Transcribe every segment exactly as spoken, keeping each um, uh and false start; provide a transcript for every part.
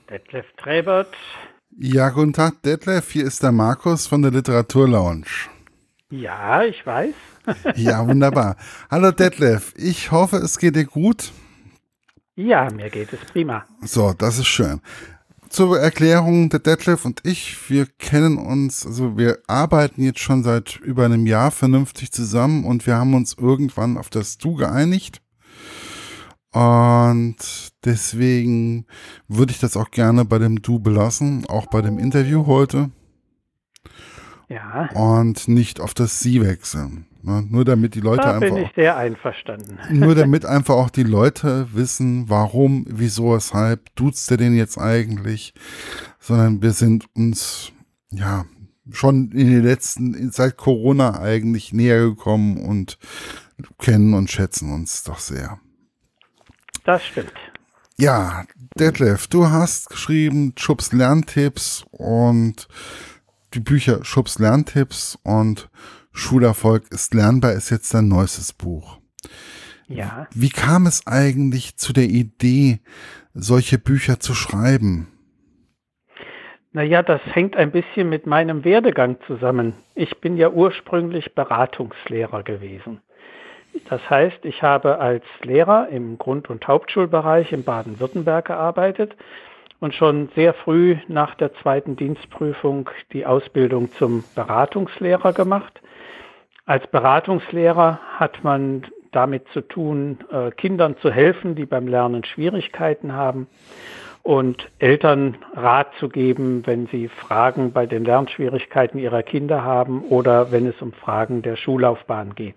Detlef Träbert. Ja, guten Tag, Detlef. Hier ist der Markus von der Literaturlounge. Ja, ich weiß. Ja, wunderbar. Hallo Detlef, ich hoffe, es geht dir gut. Ja, mir geht es prima. So, das ist schön. Zur Erklärung, der Detlef und ich, wir kennen uns, also wir arbeiten jetzt schon seit über einem Jahr vernünftig zusammen und wir haben uns irgendwann auf das Du geeinigt. Und deswegen würde ich das auch gerne bei dem Du belassen, auch bei dem Interview heute. Ja, Und nicht auf das Sie wechseln. Ne? Nur damit die Leute da bin einfach, ich sehr einverstanden. nur damit einfach auch die Leute wissen, warum, wieso, weshalb duzt er den jetzt eigentlich, sondern wir sind uns, ja, schon in den letzten, seit Corona eigentlich näher gekommen und kennen und schätzen uns doch sehr. Das stimmt. Ja, Detlef, du hast geschrieben Schubs Lerntipps und die Bücher Schubs Lerntipps und Schulerfolg ist lernbar ist jetzt dein neuestes Buch. Ja. Wie kam es eigentlich zu der Idee, solche Bücher zu schreiben? Naja, das hängt ein bisschen mit meinem Werdegang zusammen. Ich bin ja ursprünglich Beratungslehrer gewesen. Das heißt, ich habe als Lehrer im Grund- und Hauptschulbereich in Baden-Württemberg gearbeitet und schon sehr früh nach der zweiten Dienstprüfung die Ausbildung zum Beratungslehrer gemacht. Als Beratungslehrer hat man damit zu tun, Kindern zu helfen, die beim Lernen Schwierigkeiten haben und Eltern Rat zu geben, wenn sie Fragen bei den Lernschwierigkeiten ihrer Kinder haben oder wenn es um Fragen der Schullaufbahn geht.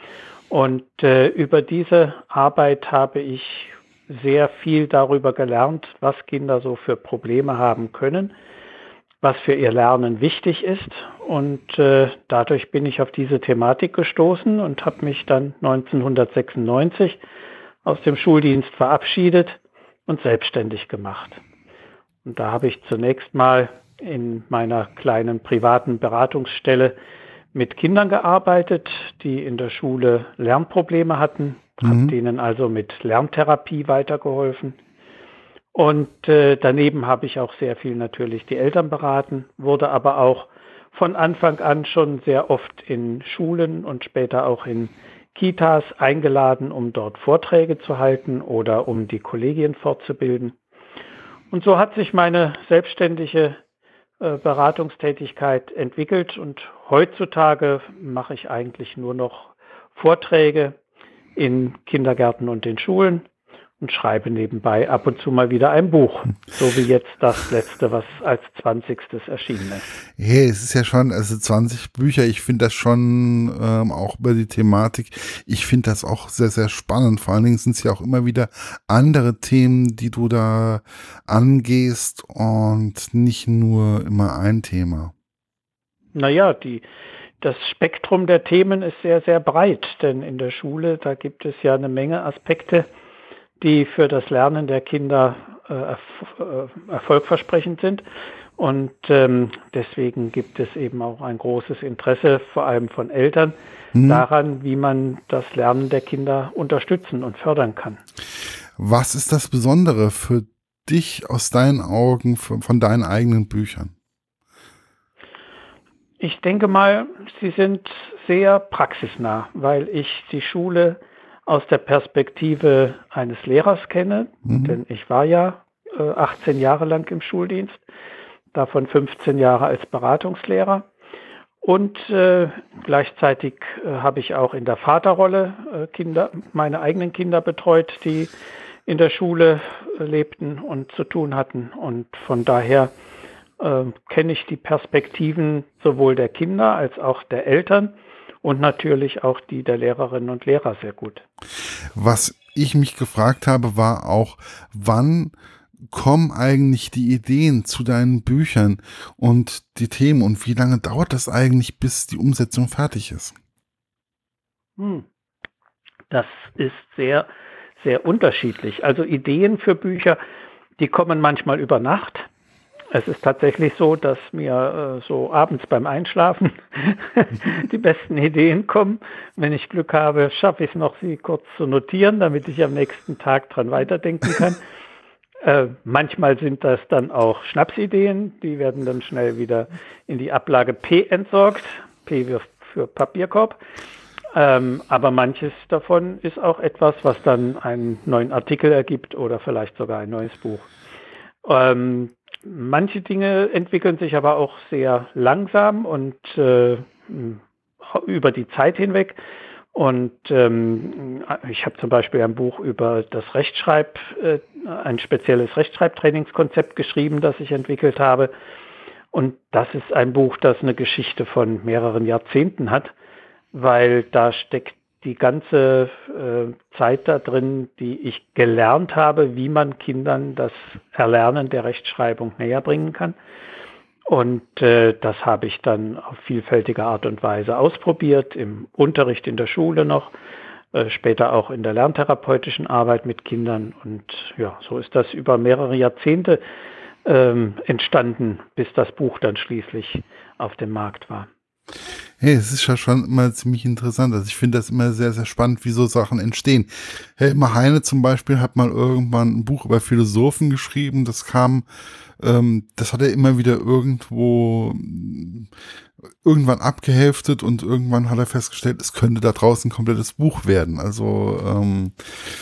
Und äh, über diese Arbeit habe ich sehr viel darüber gelernt, was Kinder so für Probleme haben können, was für ihr Lernen wichtig ist. Und äh, dadurch bin ich auf diese Thematik gestoßen und habe mich dann neunzehnhundertsechsundneunzig aus dem Schuldienst verabschiedet und selbstständig gemacht. Und da habe ich zunächst mal in meiner kleinen privaten Beratungsstelle mit Kindern gearbeitet, die in der Schule Lernprobleme hatten, habe Mhm. denen also mit Lerntherapie weitergeholfen. Und äh, daneben habe ich auch sehr viel natürlich die Eltern beraten, wurde aber auch von Anfang an schon sehr oft in Schulen und später auch in Kitas eingeladen, um dort Vorträge zu halten oder um die Kollegien fortzubilden. Und so hat sich meine selbstständige äh, Beratungstätigkeit entwickelt und heutzutage mache ich eigentlich nur noch Vorträge in Kindergärten und in Schulen und schreibe nebenbei ab und zu mal wieder ein Buch, so wie jetzt das letzte, was als zwanzigstes erschienen ist. Hey, es ist ja schon, also zwanzig Bücher, ich finde das schon ähm, auch über die Thematik, ich finde das auch sehr, sehr spannend. Vor allen Dingen sind es ja auch immer wieder andere Themen, die du da angehst und nicht nur immer ein Thema. Naja, die, das Spektrum der Themen ist sehr, sehr breit, denn in der Schule, da gibt es ja eine Menge Aspekte, die für das Lernen der Kinder äh, erf- äh, erfolgversprechend sind. Und ähm, deswegen gibt es eben auch ein großes Interesse, vor allem von Eltern, Hm? daran, wie man das Lernen der Kinder unterstützen und fördern kann. Was ist das Besondere für dich aus deinen Augen von, von deinen eigenen Büchern? Ich denke mal, sie sind sehr praxisnah, weil ich die Schule aus der Perspektive eines Lehrers kenne, Mhm. denn ich war ja äh, achtzehn Jahre lang im Schuldienst, davon fünfzehn Jahre als Beratungslehrer. Und äh, gleichzeitig äh, habe ich auch in der Vaterrolle äh, Kinder, meine eigenen Kinder betreut, die in der Schule äh, lebten und zu tun hatten. Und von daher äh, kenne ich die Perspektiven sowohl der Kinder als auch der Eltern und natürlich auch die der Lehrerinnen und Lehrer sehr gut. Was ich mich gefragt habe, war auch, wann kommen eigentlich die Ideen zu deinen Büchern und die Themen und wie lange dauert das eigentlich, bis die Umsetzung fertig ist? Hm. Das ist sehr, sehr unterschiedlich. Also Ideen für Bücher, die kommen manchmal über Nacht. Es ist tatsächlich so, dass mir äh, so abends beim Einschlafen die besten Ideen kommen. Wenn ich Glück habe, schaffe ich es noch, sie kurz zu notieren, damit ich am nächsten Tag dran weiterdenken kann. Äh, manchmal sind das dann auch Schnapsideen, die werden dann schnell wieder in die Ablage P entsorgt, P für, für Papierkorb. Ähm, aber manches davon ist auch etwas, was dann einen neuen Artikel ergibt oder vielleicht sogar ein neues Buch. Ähm, manche Dinge entwickeln sich aber auch sehr langsam und äh, über die Zeit hinweg. Und ähm, ich habe zum Beispiel ein Buch über das Rechtschreib, äh, ein spezielles Rechtschreibtrainingskonzept geschrieben, das ich entwickelt habe. Und das ist ein Buch, das eine Geschichte von mehreren Jahrzehnten hat, weil da steckt die ganze äh, Zeit da drin, die ich gelernt habe, wie man Kindern das Erlernen der Rechtschreibung näher bringen kann. Und äh, das habe ich dann auf vielfältige Art und Weise ausprobiert, im Unterricht in der Schule noch, äh, später auch in der lerntherapeutischen Arbeit mit Kindern. Und ja, so ist das über mehrere Jahrzehnte ähm, entstanden, bis das Buch dann schließlich auf dem Markt war. Hey, es ist ja schon immer ziemlich interessant. Also ich finde das immer sehr, sehr spannend, wie so Sachen entstehen. Helmer Heine zum Beispiel hat mal irgendwann ein Buch über Philosophen geschrieben. Das kam, ähm, das hat er immer wieder irgendwo irgendwann abgeheftet und irgendwann hat er festgestellt, es könnte da draußen ein komplettes Buch werden. Also ähm,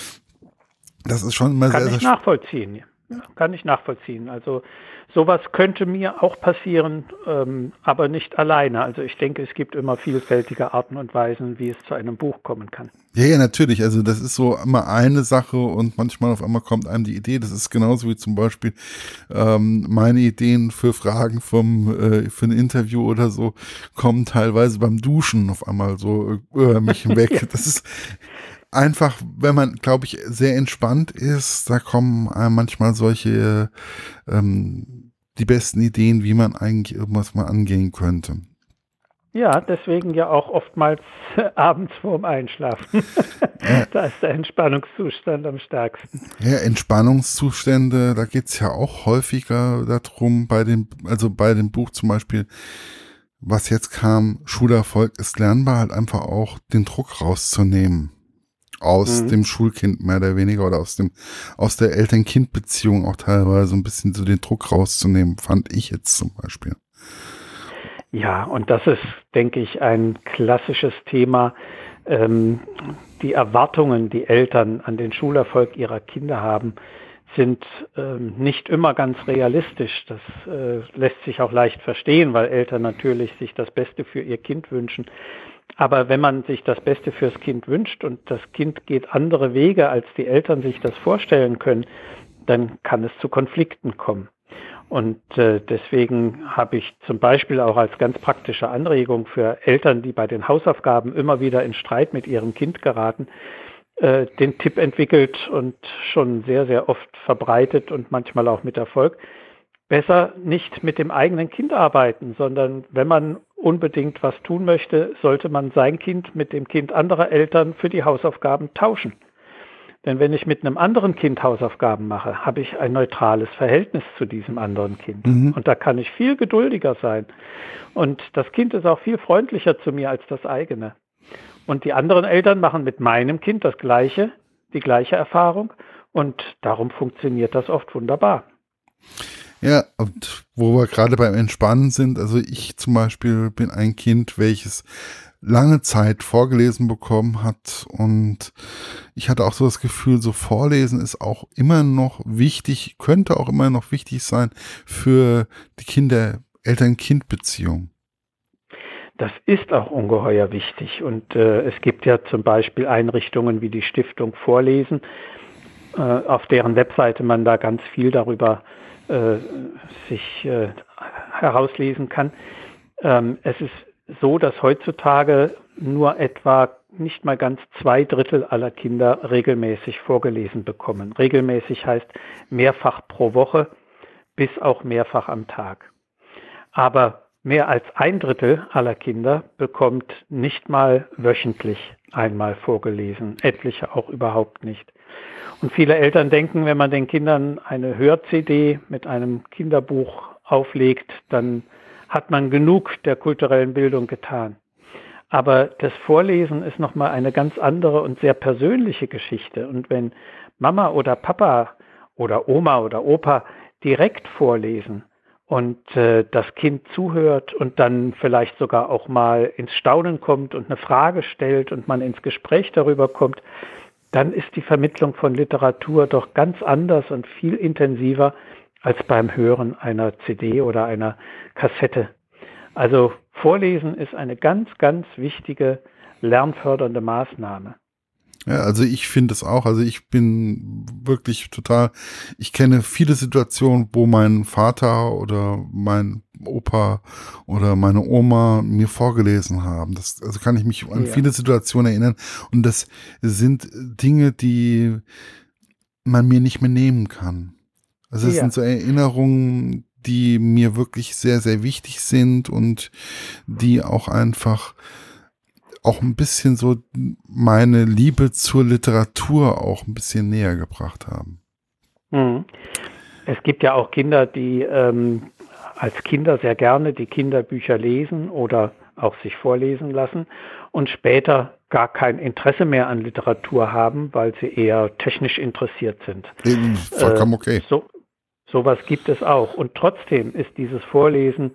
das ist schon immer Kann sehr, ich sehr nachvollziehen. Ja, kann ich nachvollziehen. Also sowas könnte mir auch passieren, ähm, aber nicht alleine. Also ich denke, es gibt immer vielfältige Arten und Weisen, wie es zu einem Buch kommen kann. Ja, ja, natürlich. Also das ist so immer eine Sache und manchmal auf einmal kommt einem die Idee. Das ist genauso wie zum Beispiel ähm, meine Ideen für Fragen vom äh, für ein Interview oder so kommen teilweise beim Duschen auf einmal so über mich hinweg. Ja. Das ist einfach, wenn man, glaube ich, sehr entspannt ist, da kommen einem manchmal solche ähm, die besten Ideen, wie man eigentlich irgendwas mal angehen könnte. Ja, deswegen ja auch oftmals abends vorm Einschlafen. Ja. Da ist der Entspannungszustand am stärksten. Ja, Entspannungszustände, da geht es ja auch häufiger darum, bei dem, also bei dem Buch zum Beispiel, was jetzt kam, Schulerfolg ist lernbar, halt einfach auch den Druck rauszunehmen. Aus mhm. dem Schulkind mehr oder weniger oder aus dem, aus der Eltern-Kind-Beziehung auch teilweise ein bisschen so den Druck rauszunehmen, fand ich jetzt zum Beispiel. Ja, und das ist, denke ich, ein klassisches Thema. Ähm, die Erwartungen, die Eltern an den Schulerfolg ihrer Kinder haben, sind ähm, nicht immer ganz realistisch. Das äh, lässt sich auch leicht verstehen, weil Eltern natürlich sich das Beste für ihr Kind wünschen. Aber wenn man sich das Beste fürs Kind wünscht und das Kind geht andere Wege, als die Eltern sich das vorstellen können, dann kann es zu Konflikten kommen. Und äh, deswegen habe ich zum Beispiel auch als ganz praktische Anregung für Eltern, die bei den Hausaufgaben immer wieder in Streit mit ihrem Kind geraten, äh, den Tipp entwickelt und schon sehr, sehr oft verbreitet und manchmal auch mit Erfolg. Besser nicht mit dem eigenen Kind arbeiten, sondern wenn man unbedingt was tun möchte, sollte man sein Kind mit dem Kind anderer Eltern für die Hausaufgaben tauschen. Denn wenn ich mit einem anderen Kind Hausaufgaben mache, habe ich ein neutrales Verhältnis zu diesem anderen Kind. Mhm. Und da kann ich viel geduldiger sein. Und das Kind ist auch viel freundlicher zu mir als das eigene. Und die anderen Eltern machen mit meinem Kind das Gleiche, die gleiche Erfahrung. Und darum funktioniert das oft wunderbar. Ja, und wo wir gerade beim Entspannen sind, also ich zum Beispiel bin ein Kind, welches lange Zeit vorgelesen bekommen hat und ich hatte auch so das Gefühl, so Vorlesen ist auch immer noch wichtig, könnte auch immer noch wichtig sein für die Kinder, Eltern-Kind-Beziehung. Das ist auch ungeheuer wichtig und äh, es gibt ja zum Beispiel Einrichtungen wie die Stiftung Vorlesen, äh, auf deren Webseite man da ganz viel darüber äh, sich äh, herauslesen kann. Ähm, es ist so, dass heutzutage nur etwa nicht mal ganz zwei Drittel aller Kinder regelmäßig vorgelesen bekommen. Regelmäßig heißt mehrfach pro Woche bis auch mehrfach am Tag. Aber mehr als ein Drittel aller Kinder bekommt nicht mal wöchentlich einmal vorgelesen, etliche auch überhaupt nicht. Und viele Eltern denken, wenn man den Kindern eine Hör-C D mit einem Kinderbuch auflegt, dann hat man genug der kulturellen Bildung getan. Aber das Vorlesen ist nochmal eine ganz andere und sehr persönliche Geschichte. Und wenn Mama oder Papa oder Oma oder Opa direkt vorlesen und äh, das Kind zuhört und dann vielleicht sogar auch mal ins Staunen kommt und eine Frage stellt und man ins Gespräch darüber kommt, dann ist die Vermittlung von Literatur doch ganz anders und viel intensiver als beim Hören einer C D oder einer Kassette. Also Vorlesen ist eine ganz, ganz wichtige lernfördernde Maßnahme. Ja, also ich finde es auch, also ich bin wirklich total, ich kenne viele Situationen, wo mein Vater oder mein Opa oder meine Oma mir vorgelesen haben. Das, also kann ich mich an Ja. viele Situationen erinnern und das sind Dinge, die man mir nicht mehr nehmen kann. Also es Ja. sind so Erinnerungen, die mir wirklich sehr, sehr wichtig sind und die auch einfach auch ein bisschen so meine Liebe zur Literatur auch ein bisschen näher gebracht haben. Mhm. Es gibt ja auch Kinder, die ähm, als Kinder sehr gerne die Kinderbücher lesen oder auch sich vorlesen lassen und später gar kein Interesse mehr an Literatur haben, weil sie eher technisch interessiert sind. Eben, vollkommen okay. Äh, so, sowas gibt es auch. Und trotzdem ist dieses Vorlesen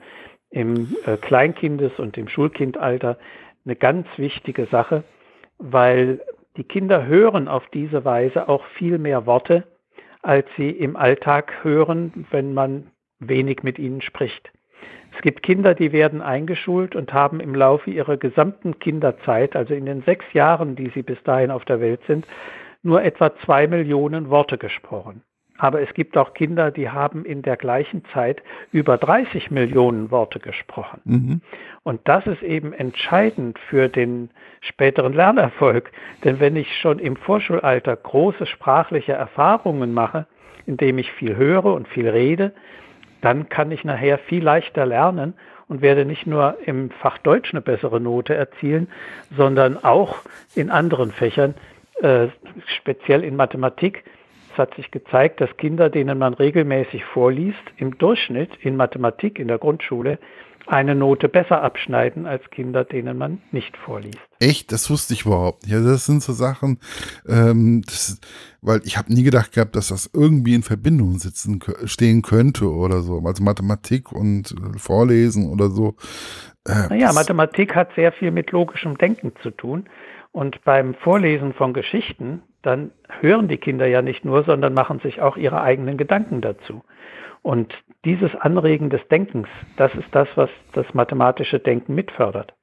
im äh, Kleinkindes- und im Schulkindalter eine ganz wichtige Sache, weil die Kinder hören auf diese Weise auch viel mehr Worte, als sie im Alltag hören, wenn man wenig mit ihnen spricht. Es gibt Kinder, die werden eingeschult und haben im Laufe ihrer gesamten Kinderzeit, also in den sechs Jahren, die sie bis dahin auf der Welt sind, nur etwa zwei Millionen Worte gesprochen. Aber es gibt auch Kinder, die haben in der gleichen Zeit über dreißig Millionen Worte gesprochen. Mhm. Und das ist eben entscheidend für den späteren Lernerfolg. Denn wenn ich schon im Vorschulalter große sprachliche Erfahrungen mache, indem ich viel höre und viel rede, dann kann ich nachher viel leichter lernen und werde nicht nur im Fach Deutsch eine bessere Note erzielen, sondern auch in anderen Fächern, äh, speziell in Mathematik. Es hat sich gezeigt, dass Kinder, denen man regelmäßig vorliest, im Durchschnitt in Mathematik in der Grundschule eine Note besser abschneiden als Kinder, denen man nicht vorliest. Echt? Das wusste ich überhaupt nicht. Ja, das sind so Sachen, ähm, das, weil ich habe nie gedacht gehabt, dass das irgendwie in Verbindung sitzen stehen könnte oder so. Also Mathematik und äh, Vorlesen oder so. Äh, naja, Mathematik hat sehr viel mit logischem Denken zu tun. Und beim Vorlesen von Geschichten, dann hören die Kinder ja nicht nur, sondern machen sich auch ihre eigenen Gedanken dazu. Und dieses Anregen des Denkens, das ist das, was das mathematische Denken mitfördert.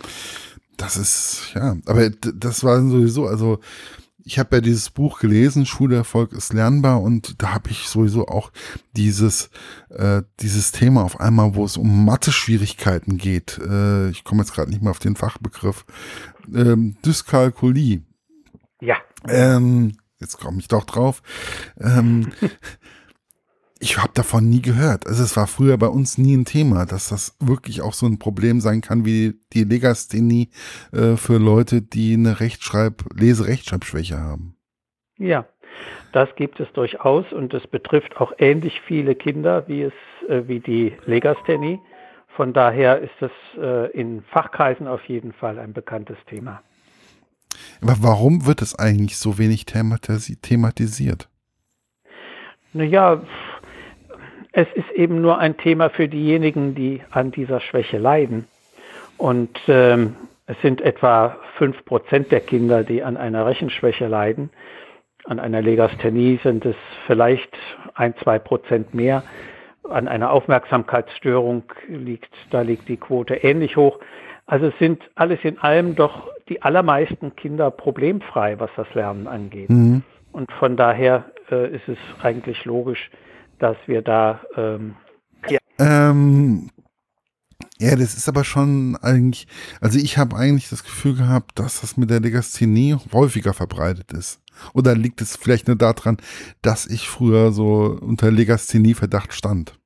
Das ist, ja, aber das war sowieso, also ich habe ja dieses Buch gelesen, Schulerfolg ist lernbar, und da habe ich sowieso auch dieses, äh, dieses Thema auf einmal, wo es um Mathe-Schwierigkeiten geht. Äh, ich komme jetzt gerade nicht mehr auf den Fachbegriff. Ähm, Dyskalkulie. Ja. Ähm, jetzt komme ich doch drauf. Ähm, ich habe davon nie gehört. Also es war früher bei uns nie ein Thema, dass das wirklich auch so ein Problem sein kann wie die Legasthenie äh, für Leute, die eine Rechtschreib-, Lese-Rechtschreibschwäche haben. Ja, das gibt es durchaus und es betrifft auch ähnlich viele Kinder wie es äh, wie die Legasthenie. Von daher ist das äh, in Fachkreisen auf jeden Fall ein bekanntes Thema. Aber warum wird es eigentlich so wenig thematisi- thematisiert? Naja, es ist eben nur ein Thema für diejenigen, die an dieser Schwäche leiden. Und ähm, es sind etwa fünf Prozent der Kinder, die an einer Rechenschwäche leiden. An einer Legasthenie sind es vielleicht ein, zwei Prozent mehr. An einer Aufmerksamkeitsstörung liegt, da liegt die Quote ähnlich hoch. Also es sind alles in allem doch die allermeisten Kinder problemfrei, was das Lernen angeht. Mhm. Und von daher äh, ist es eigentlich logisch, dass wir da ähm, ja. Ähm, ja, das ist aber schon eigentlich, also ich habe eigentlich das Gefühl gehabt, dass das mit der Legasthenie häufiger verbreitet ist. Oder liegt es vielleicht nur daran, dass ich früher so unter Legasthenie-Verdacht stand?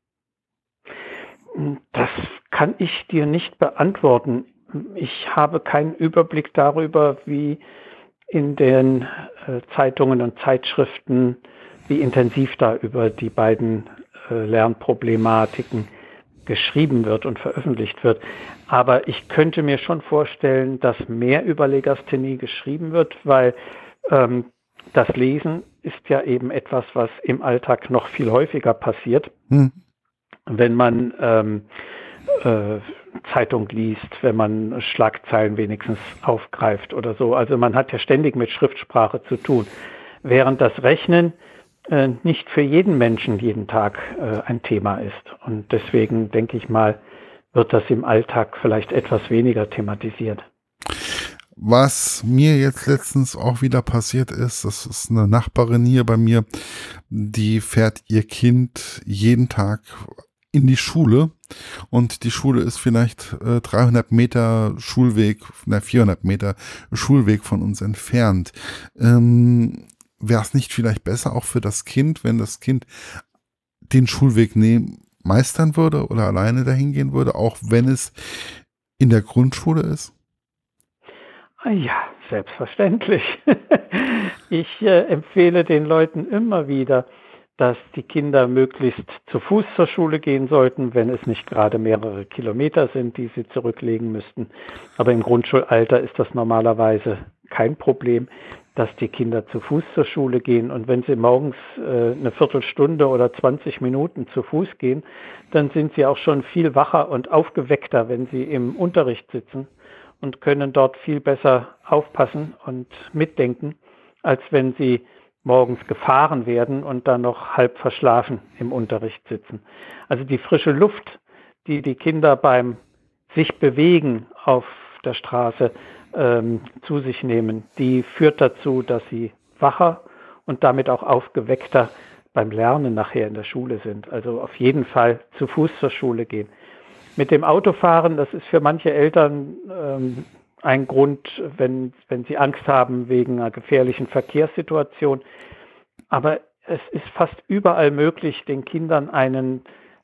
Das kann ich dir nicht beantworten. Ich habe keinen Überblick darüber, wie in den äh, Zeitungen und Zeitschriften, wie intensiv da über die beiden äh, Lernproblematiken geschrieben wird und veröffentlicht wird. Aber ich könnte mir schon vorstellen, dass mehr über Legasthenie geschrieben wird, weil ähm, das Lesen ist ja eben etwas, was im Alltag noch viel häufiger passiert, Hm. wenn man ähm, äh, Zeitung liest, wenn man Schlagzeilen wenigstens aufgreift oder so. Also man hat ja ständig mit Schriftsprache zu tun, während das Rechnen äh, nicht für jeden Menschen jeden Tag äh, ein Thema ist. Und deswegen denke ich mal, wird das im Alltag vielleicht etwas weniger thematisiert. Was mir jetzt letztens auch wieder passiert ist, das ist eine Nachbarin hier bei mir, die fährt ihr Kind jeden Tag in die Schule und die Schule ist vielleicht äh, dreihundert Meter Schulweg, na vierhundert Meter Schulweg von uns entfernt. Ähm, wäre es nicht vielleicht besser auch für das Kind, wenn das Kind den Schulweg nehmen, meistern würde oder alleine dahin gehen würde, auch wenn es in der Grundschule ist? Ja, selbstverständlich. Ich äh, empfehle den Leuten immer wieder, dass die Kinder möglichst zu Fuß zur Schule gehen sollten, wenn es nicht gerade mehrere Kilometer sind, die sie zurücklegen müssten. Aber im Grundschulalter ist das normalerweise kein Problem, dass die Kinder zu Fuß zur Schule gehen. Und wenn sie morgens äh, eine Viertelstunde oder zwanzig Minuten zu Fuß gehen, dann sind sie auch schon viel wacher und aufgeweckter, wenn sie im Unterricht sitzen und können dort viel besser aufpassen und mitdenken, als wenn sie morgens gefahren werden und dann noch halb verschlafen im Unterricht sitzen. Also die frische Luft, die die Kinder beim sich bewegen auf der Straße ähm, zu sich nehmen, die führt dazu, dass sie wacher und damit auch aufgeweckter beim Lernen nachher in der Schule sind. Also auf jeden Fall zu Fuß zur Schule gehen. Mit dem Autofahren, das ist für manche Eltern ähm, ein Grund, wenn, wenn sie Angst haben wegen einer gefährlichen Verkehrssituation. Aber es ist fast überall möglich, den Kindern einen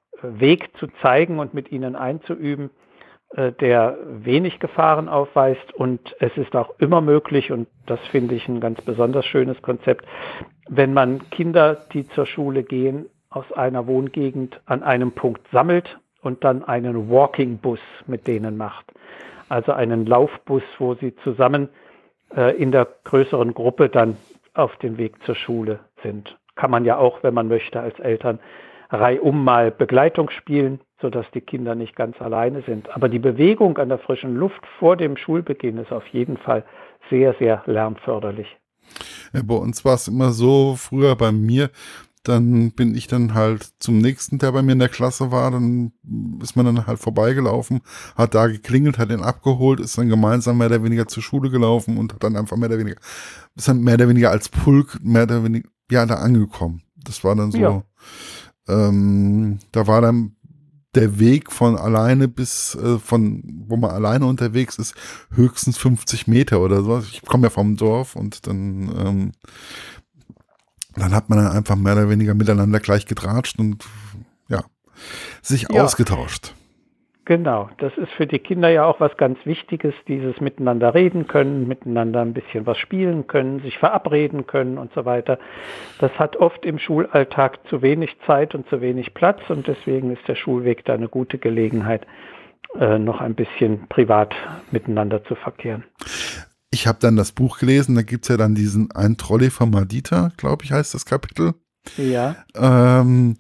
Weg zu zeigen und mit ihnen einzuüben, äh, der wenig Gefahren aufweist. Und es ist auch immer möglich, und das finde ich ein ganz besonders schönes Konzept, wenn man Kinder, die zur Schule gehen, aus einer Wohngegend an einem Punkt sammelt und dann einen Walking-Bus mit denen macht. Also einen Laufbus, wo sie zusammen äh, in der größeren Gruppe dann auf dem Weg zur Schule sind. Kann man ja auch, wenn man möchte, als Eltern reihum mal Begleitung spielen, sodass die Kinder nicht ganz alleine sind. Aber die Bewegung an der frischen Luft vor dem Schulbeginn ist auf jeden Fall sehr, sehr lernförderlich. Ja, bei uns war es immer so, früher bei mir, dann bin ich dann halt zum nächsten, der bei mir in der Klasse war, dann ist man dann halt vorbeigelaufen, hat da geklingelt, hat den abgeholt, ist dann gemeinsam mehr oder weniger zur Schule gelaufen und hat dann einfach mehr oder weniger, ist dann mehr oder weniger als Pulk mehr oder weniger, ja, da angekommen. Das war dann so, ja. ähm, da war dann der Weg von alleine bis, äh, von, wo man alleine unterwegs ist, höchstens fünfzig Meter oder so. Ich komme ja vom Dorf und dann, ähm, dann hat man dann einfach mehr oder weniger miteinander gleich getratscht und ja, sich ja. ausgetauscht. Genau, das ist für die Kinder ja auch was ganz Wichtiges, dieses miteinander reden können, miteinander ein bisschen was spielen können, sich verabreden können und so weiter. Das hat oft im Schulalltag zu wenig Zeit und zu wenig Platz und deswegen ist der Schulweg da eine gute Gelegenheit, äh, noch ein bisschen privat miteinander zu verkehren. Ich habe dann das Buch gelesen, da gibt es ja dann diesen Ein Trolley von Madita, glaube ich, heißt das Kapitel. Ja. Ähm,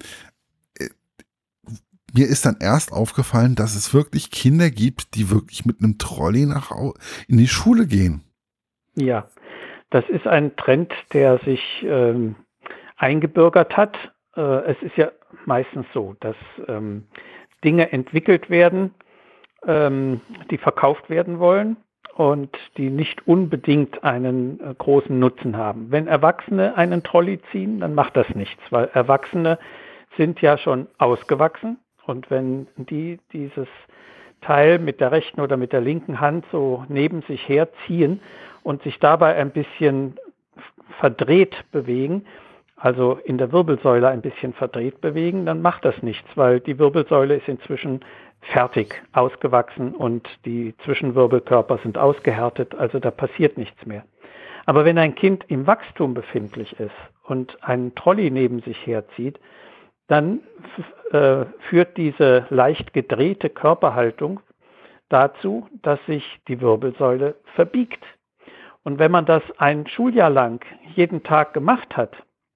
mir ist dann erst aufgefallen, dass es wirklich Kinder gibt, die wirklich mit einem Trolley nach in die Schule gehen. Ja, das ist ein Trend, der sich ähm, eingebürgert hat. Äh, es ist ja meistens so, dass ähm, Dinge entwickelt werden, ähm, die verkauft werden wollen und die nicht unbedingt einen äh, großen Nutzen haben. Wenn Erwachsene einen Trolley ziehen, dann macht das nichts, weil Erwachsene sind ja schon ausgewachsen. Und wenn die dieses Teil mit der rechten oder mit der linken Hand so neben sich herziehen und sich dabei ein bisschen verdreht bewegen, also in der Wirbelsäule ein bisschen verdreht bewegen, dann macht das nichts, weil die Wirbelsäule ist inzwischen fertig ausgewachsen und die Zwischenwirbelkörper sind ausgehärtet, also da passiert nichts mehr. Aber wenn ein Kind im Wachstum befindlich ist und einen Trolley neben sich herzieht, dann äh, führt diese leicht gedrehte Körperhaltung dazu, dass sich die Wirbelsäule verbiegt. Und wenn man das ein Schuljahr lang jeden Tag gemacht hat,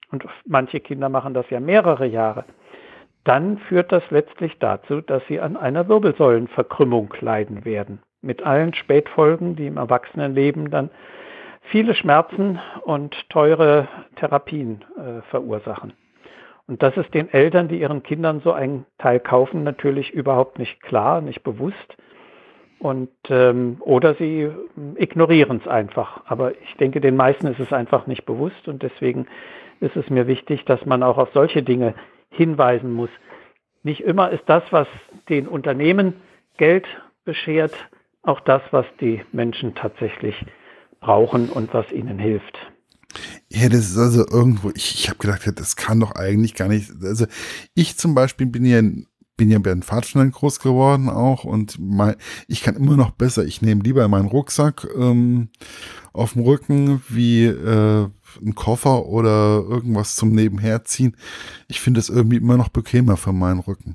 und manche Kinder machen das ja mehrere Jahre, dann führt das letztlich dazu, dass sie an einer Wirbelsäulenverkrümmung leiden werden. Mit allen Spätfolgen, die im Erwachsenenleben dann viele Schmerzen und teure Therapien äh, verursachen. Und das ist den Eltern, die ihren Kindern so einen Teil kaufen, natürlich überhaupt nicht klar, nicht bewusst. Und ähm, oder sie ignorieren es einfach. Aber ich denke, den meisten ist es einfach nicht bewusst. Und deswegen ist es mir wichtig, dass man auch auf solche Dinge hinweisen muss. Nicht immer ist das, was den Unternehmen Geld beschert, auch das, was die Menschen tatsächlich brauchen und was ihnen hilft. Ja, das ist also irgendwo, ich, ich habe gedacht, das kann doch eigentlich gar nicht, also ich zum Beispiel bin ja, bin ja bei den Pfadfindern groß geworden auch und mein, ich kann immer noch besser, ich nehme lieber meinen Rucksack ähm, auf dem Rücken wie äh, einen Koffer oder irgendwas zum Nebenherziehen. Ich finde es irgendwie immer noch bequemer für meinen Rücken.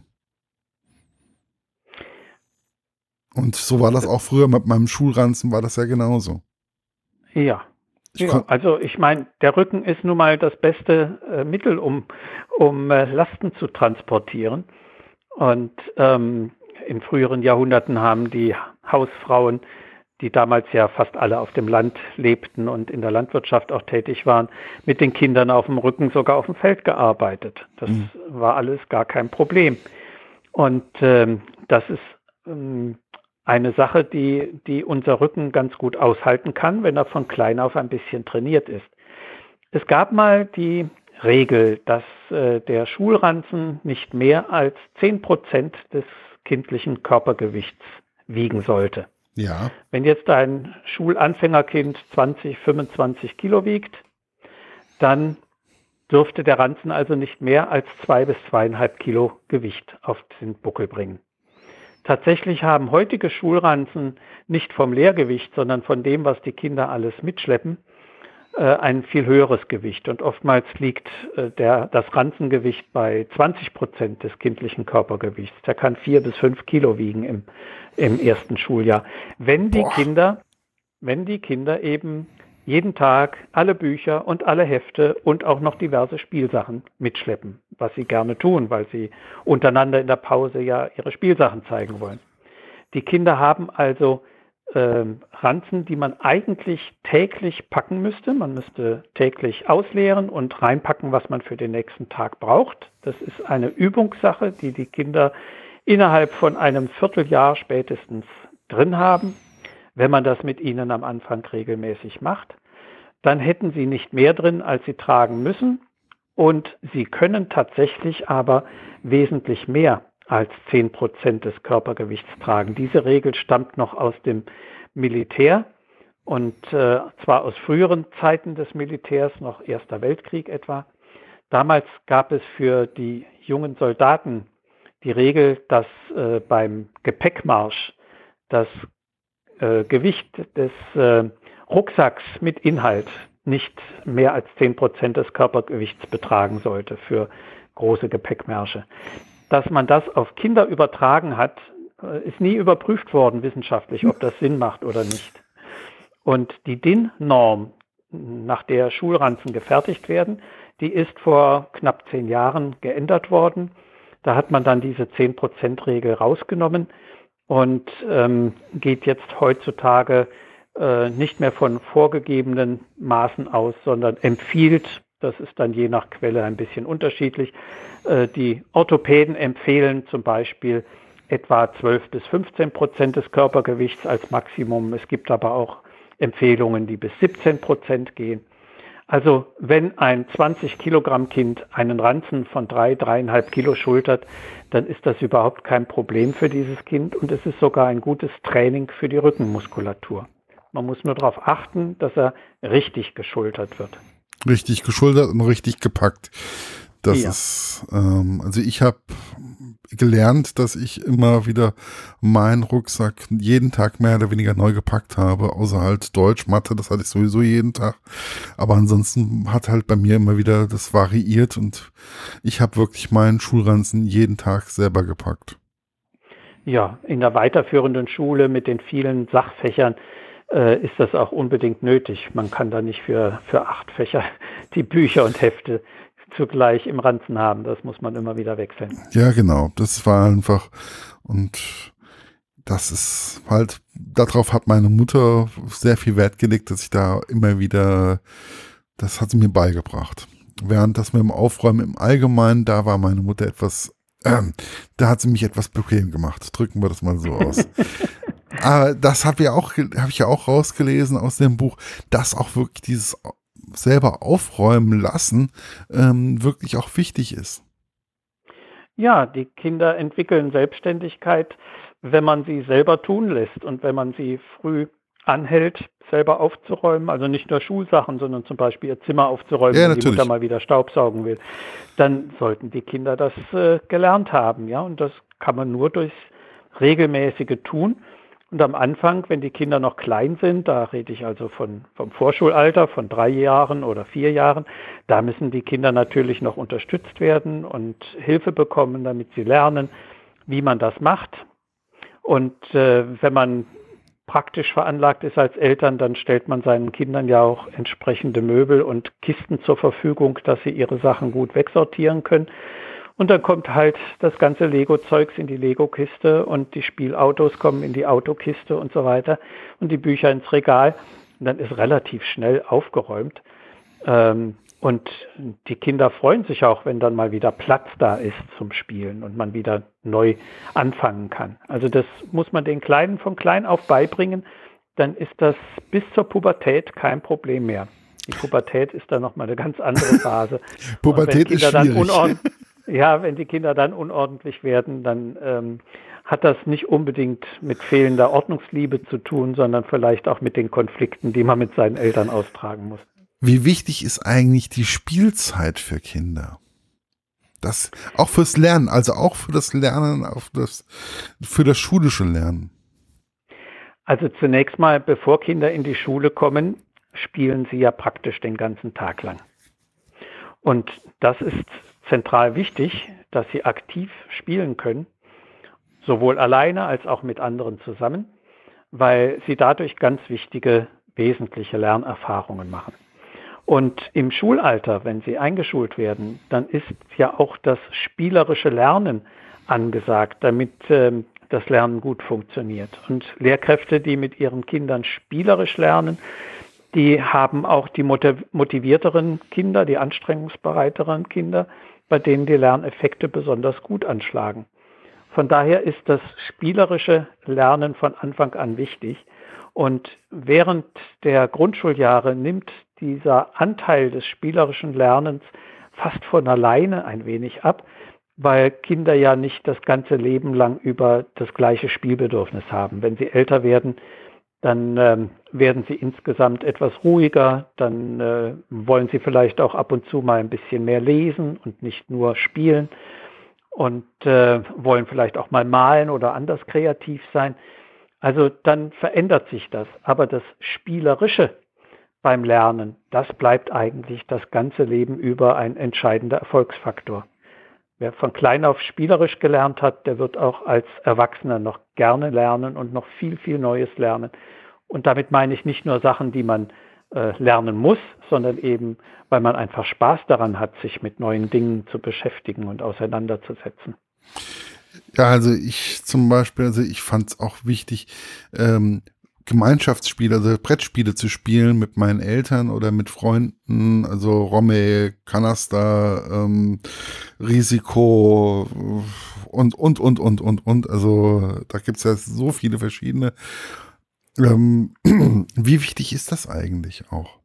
Und so war das auch früher mit meinem Schulranzen, war das ja genauso. Ja, Ich ja. kon- Also ich meine, der Rücken ist nun mal das beste äh, Mittel, um, um äh, Lasten zu transportieren. Und ähm, in früheren Jahrhunderten haben die Hausfrauen, die damals ja fast alle auf dem Land lebten und in der Landwirtschaft auch tätig waren, mit den Kindern auf dem Rücken sogar auf dem Feld gearbeitet. Das Mhm. war alles gar kein Problem. Und ähm, das ist ähm, eine Sache, die, die unser Rücken ganz gut aushalten kann, wenn er von klein auf ein bisschen trainiert ist. Es gab mal die Regel, dass äh, der Schulranzen nicht mehr als zehn Prozent des kindlichen Körpergewichts wiegen sollte. Ja, Wenn jetzt ein Schulanfängerkind zwanzig, fünfundzwanzig Kilo wiegt, dann dürfte der Ranzen also nicht mehr als zwei bis zweieinhalb Kilo Gewicht auf den Buckel bringen. Tatsächlich haben heutige Schulranzen nicht vom Leergewicht, sondern von dem, was die Kinder alles mitschleppen, äh, ein viel höheres Gewicht. Und oftmals liegt äh, der, das Ranzengewicht bei zwanzig Prozent des kindlichen Körpergewichts. Der kann vier bis fünf Kilo wiegen im, im ersten Schuljahr. Wenn die Boah. Kinder, wenn die Kinder eben jeden Tag alle Bücher und alle Hefte und auch noch diverse Spielsachen mitschleppen, was sie gerne tun, weil sie untereinander in der Pause ja ihre Spielsachen zeigen wollen. Die Kinder haben also äh, Ranzen, die man eigentlich täglich packen müsste. Man müsste täglich ausleeren und reinpacken, was man für den nächsten Tag braucht. Das ist eine Übungssache, die die Kinder innerhalb von einem Vierteljahr spätestens drin haben. Wenn man das mit ihnen am Anfang regelmäßig macht, dann hätten sie nicht mehr drin, als sie tragen müssen. Und sie können tatsächlich aber wesentlich mehr als zehn Prozent des Körpergewichts tragen. Diese Regel stammt noch aus dem Militär und äh, zwar aus früheren Zeiten des Militärs, noch Erster Weltkrieg etwa. Damals gab es für die jungen Soldaten die Regel, dass äh, beim Gepäckmarsch das Äh, Gewicht des äh, Rucksacks mit Inhalt nicht mehr als zehn Prozent des Körpergewichts betragen sollte für große Gepäckmärsche. Dass man das auf Kinder übertragen hat, äh, ist nie überprüft worden wissenschaftlich, ob das Sinn macht oder nicht. Und die D I N-Norm, nach der Schulranzen gefertigt werden, die ist vor knapp zehn Jahren geändert worden. Da hat man dann diese zehn Prozent Regel rausgenommen und ähm, geht jetzt heutzutage äh, nicht mehr von vorgegebenen Maßen aus, sondern empfiehlt, das ist dann je nach Quelle ein bisschen unterschiedlich, äh, die Orthopäden empfehlen zum Beispiel etwa zwölf bis fünfzehn Prozent des Körpergewichts als Maximum. Es gibt aber auch Empfehlungen, die bis siebzehn Prozent gehen. Also wenn ein zwanzig Kilogramm Kind einen Ranzen von drei, dreieinhalb Kilo schultert, dann ist das überhaupt kein Problem für dieses Kind und es ist sogar ein gutes Training für die Rückenmuskulatur. Man muss nur darauf achten, dass er richtig geschultert wird. Richtig geschultert und richtig gepackt. Das Ja. ist, ähm, also ich habe gelernt, dass ich immer wieder meinen Rucksack jeden Tag mehr oder weniger neu gepackt habe, außer halt Deutsch, Mathe, das hatte ich sowieso jeden Tag. Aber ansonsten hat halt bei mir immer wieder das variiert und ich habe wirklich meinen Schulranzen jeden Tag selber gepackt. Ja, in der weiterführenden Schule mit den vielen Sachfächern äh, ist das auch unbedingt nötig. Man kann da nicht für, für acht Fächer die Bücher und Hefte zugleich im Ranzen haben. Das muss man immer wieder wechseln. Ja, genau. Das war einfach, und das ist halt, darauf hat meine Mutter sehr viel Wert gelegt, dass ich da immer wieder, das hat sie mir beigebracht. Während das mit dem Aufräumen im Allgemeinen, da war meine Mutter etwas, äh, da hat sie mich etwas bequem gemacht. Drücken wir das mal so aus. Aber das habe ich, hab ich ja auch rausgelesen aus dem Buch, dass auch wirklich dieses selber aufräumen lassen ähm, wirklich auch wichtig ist. Ja, die Kinder entwickeln Selbstständigkeit, wenn man sie selber tun lässt und wenn man sie früh anhält, selber aufzuräumen, also nicht nur Schulsachen, sondern zum Beispiel ihr Zimmer aufzuräumen, Ja, wenn die Mutter natürlich. mal wieder Staubsaugen will, dann sollten die Kinder das äh, gelernt haben, ja, und das kann man nur durchs regelmäßige Tun. Und am Anfang, wenn die Kinder noch klein sind, da rede ich also von, vom Vorschulalter, von drei Jahren oder vier Jahren, da müssen die Kinder natürlich noch unterstützt werden und Hilfe bekommen, damit sie lernen, wie man das macht. Und äh, wenn man praktisch veranlagt ist als Eltern, dann stellt man seinen Kindern ja auch entsprechende Möbel und Kisten zur Verfügung, dass sie ihre Sachen gut wegsortieren können. Und dann kommt halt das ganze Lego-Zeugs in die Lego-Kiste und die Spielautos kommen in die Autokiste und so weiter und die Bücher ins Regal. Und dann ist relativ schnell aufgeräumt. Ähm, und die Kinder freuen sich auch, wenn dann mal wieder Platz da ist zum Spielen und man wieder neu anfangen kann. Also das muss man den Kleinen von klein auf beibringen. Dann ist das bis zur Pubertät kein Problem mehr. Die Pubertät ist dann nochmal eine ganz andere Phase. Pubertät ist schwierig. Ja, wenn die Kinder dann unordentlich werden, dann ähm, hat das nicht unbedingt mit fehlender Ordnungsliebe zu tun, sondern vielleicht auch mit den Konflikten, die man mit seinen Eltern austragen muss. Wie wichtig ist eigentlich die Spielzeit für Kinder? Das auch fürs Lernen, also auch für das Lernen, auf das, für das schulische Lernen. Also zunächst mal, bevor Kinder in die Schule kommen, spielen sie ja praktisch den ganzen Tag lang. Und das ist zentral wichtig, dass sie aktiv spielen können, sowohl alleine als auch mit anderen zusammen, weil sie dadurch ganz wichtige, wesentliche Lernerfahrungen machen. Und im Schulalter, wenn sie eingeschult werden, dann ist ja auch das spielerische Lernen angesagt, damit äh, das Lernen gut funktioniert. Und Lehrkräfte, die mit ihren Kindern spielerisch lernen, die haben auch die motivierteren Kinder, die anstrengungsbereiteren Kinder, bei denen die Lerneffekte besonders gut anschlagen. Von daher ist das spielerische Lernen von Anfang an wichtig. Und während der Grundschuljahre nimmt dieser Anteil des spielerischen Lernens fast von alleine ein wenig ab, weil Kinder ja nicht das ganze Leben lang über das gleiche Spielbedürfnis haben. Wenn sie älter werden, dann ähm, werden sie insgesamt etwas ruhiger, dann äh, wollen sie vielleicht auch ab und zu mal ein bisschen mehr lesen und nicht nur spielen und äh, wollen vielleicht auch mal malen oder anders kreativ sein. Also dann verändert sich das. Aber das Spielerische beim Lernen, das bleibt eigentlich das ganze Leben über ein entscheidender Erfolgsfaktor. Wer von klein auf spielerisch gelernt hat, der wird auch als Erwachsener noch gerne lernen und noch viel, viel Neues lernen. Und damit meine ich nicht nur Sachen, die man äh, lernen muss, sondern eben, weil man einfach Spaß daran hat, sich mit neuen Dingen zu beschäftigen und auseinanderzusetzen. Ja, also ich zum Beispiel, also ich fand es auch wichtig, ähm, Gemeinschaftsspiele, also Brettspiele zu spielen mit meinen Eltern oder mit Freunden, also Romme, Kanaster, ähm, Risiko und, und, und, und, und, und. Also da gibt es ja so viele verschiedene. Ähm, wie wichtig ist das eigentlich auch?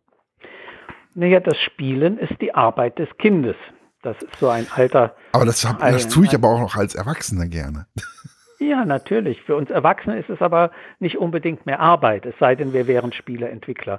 Naja, das Spielen ist die Arbeit des Kindes. Das ist so ein alter... Aber das, hab, das tue ich aber auch noch als Erwachsener gerne. Ja, natürlich. Für uns Erwachsene ist es aber nicht unbedingt mehr Arbeit, es sei denn, wir wären Spieleentwickler.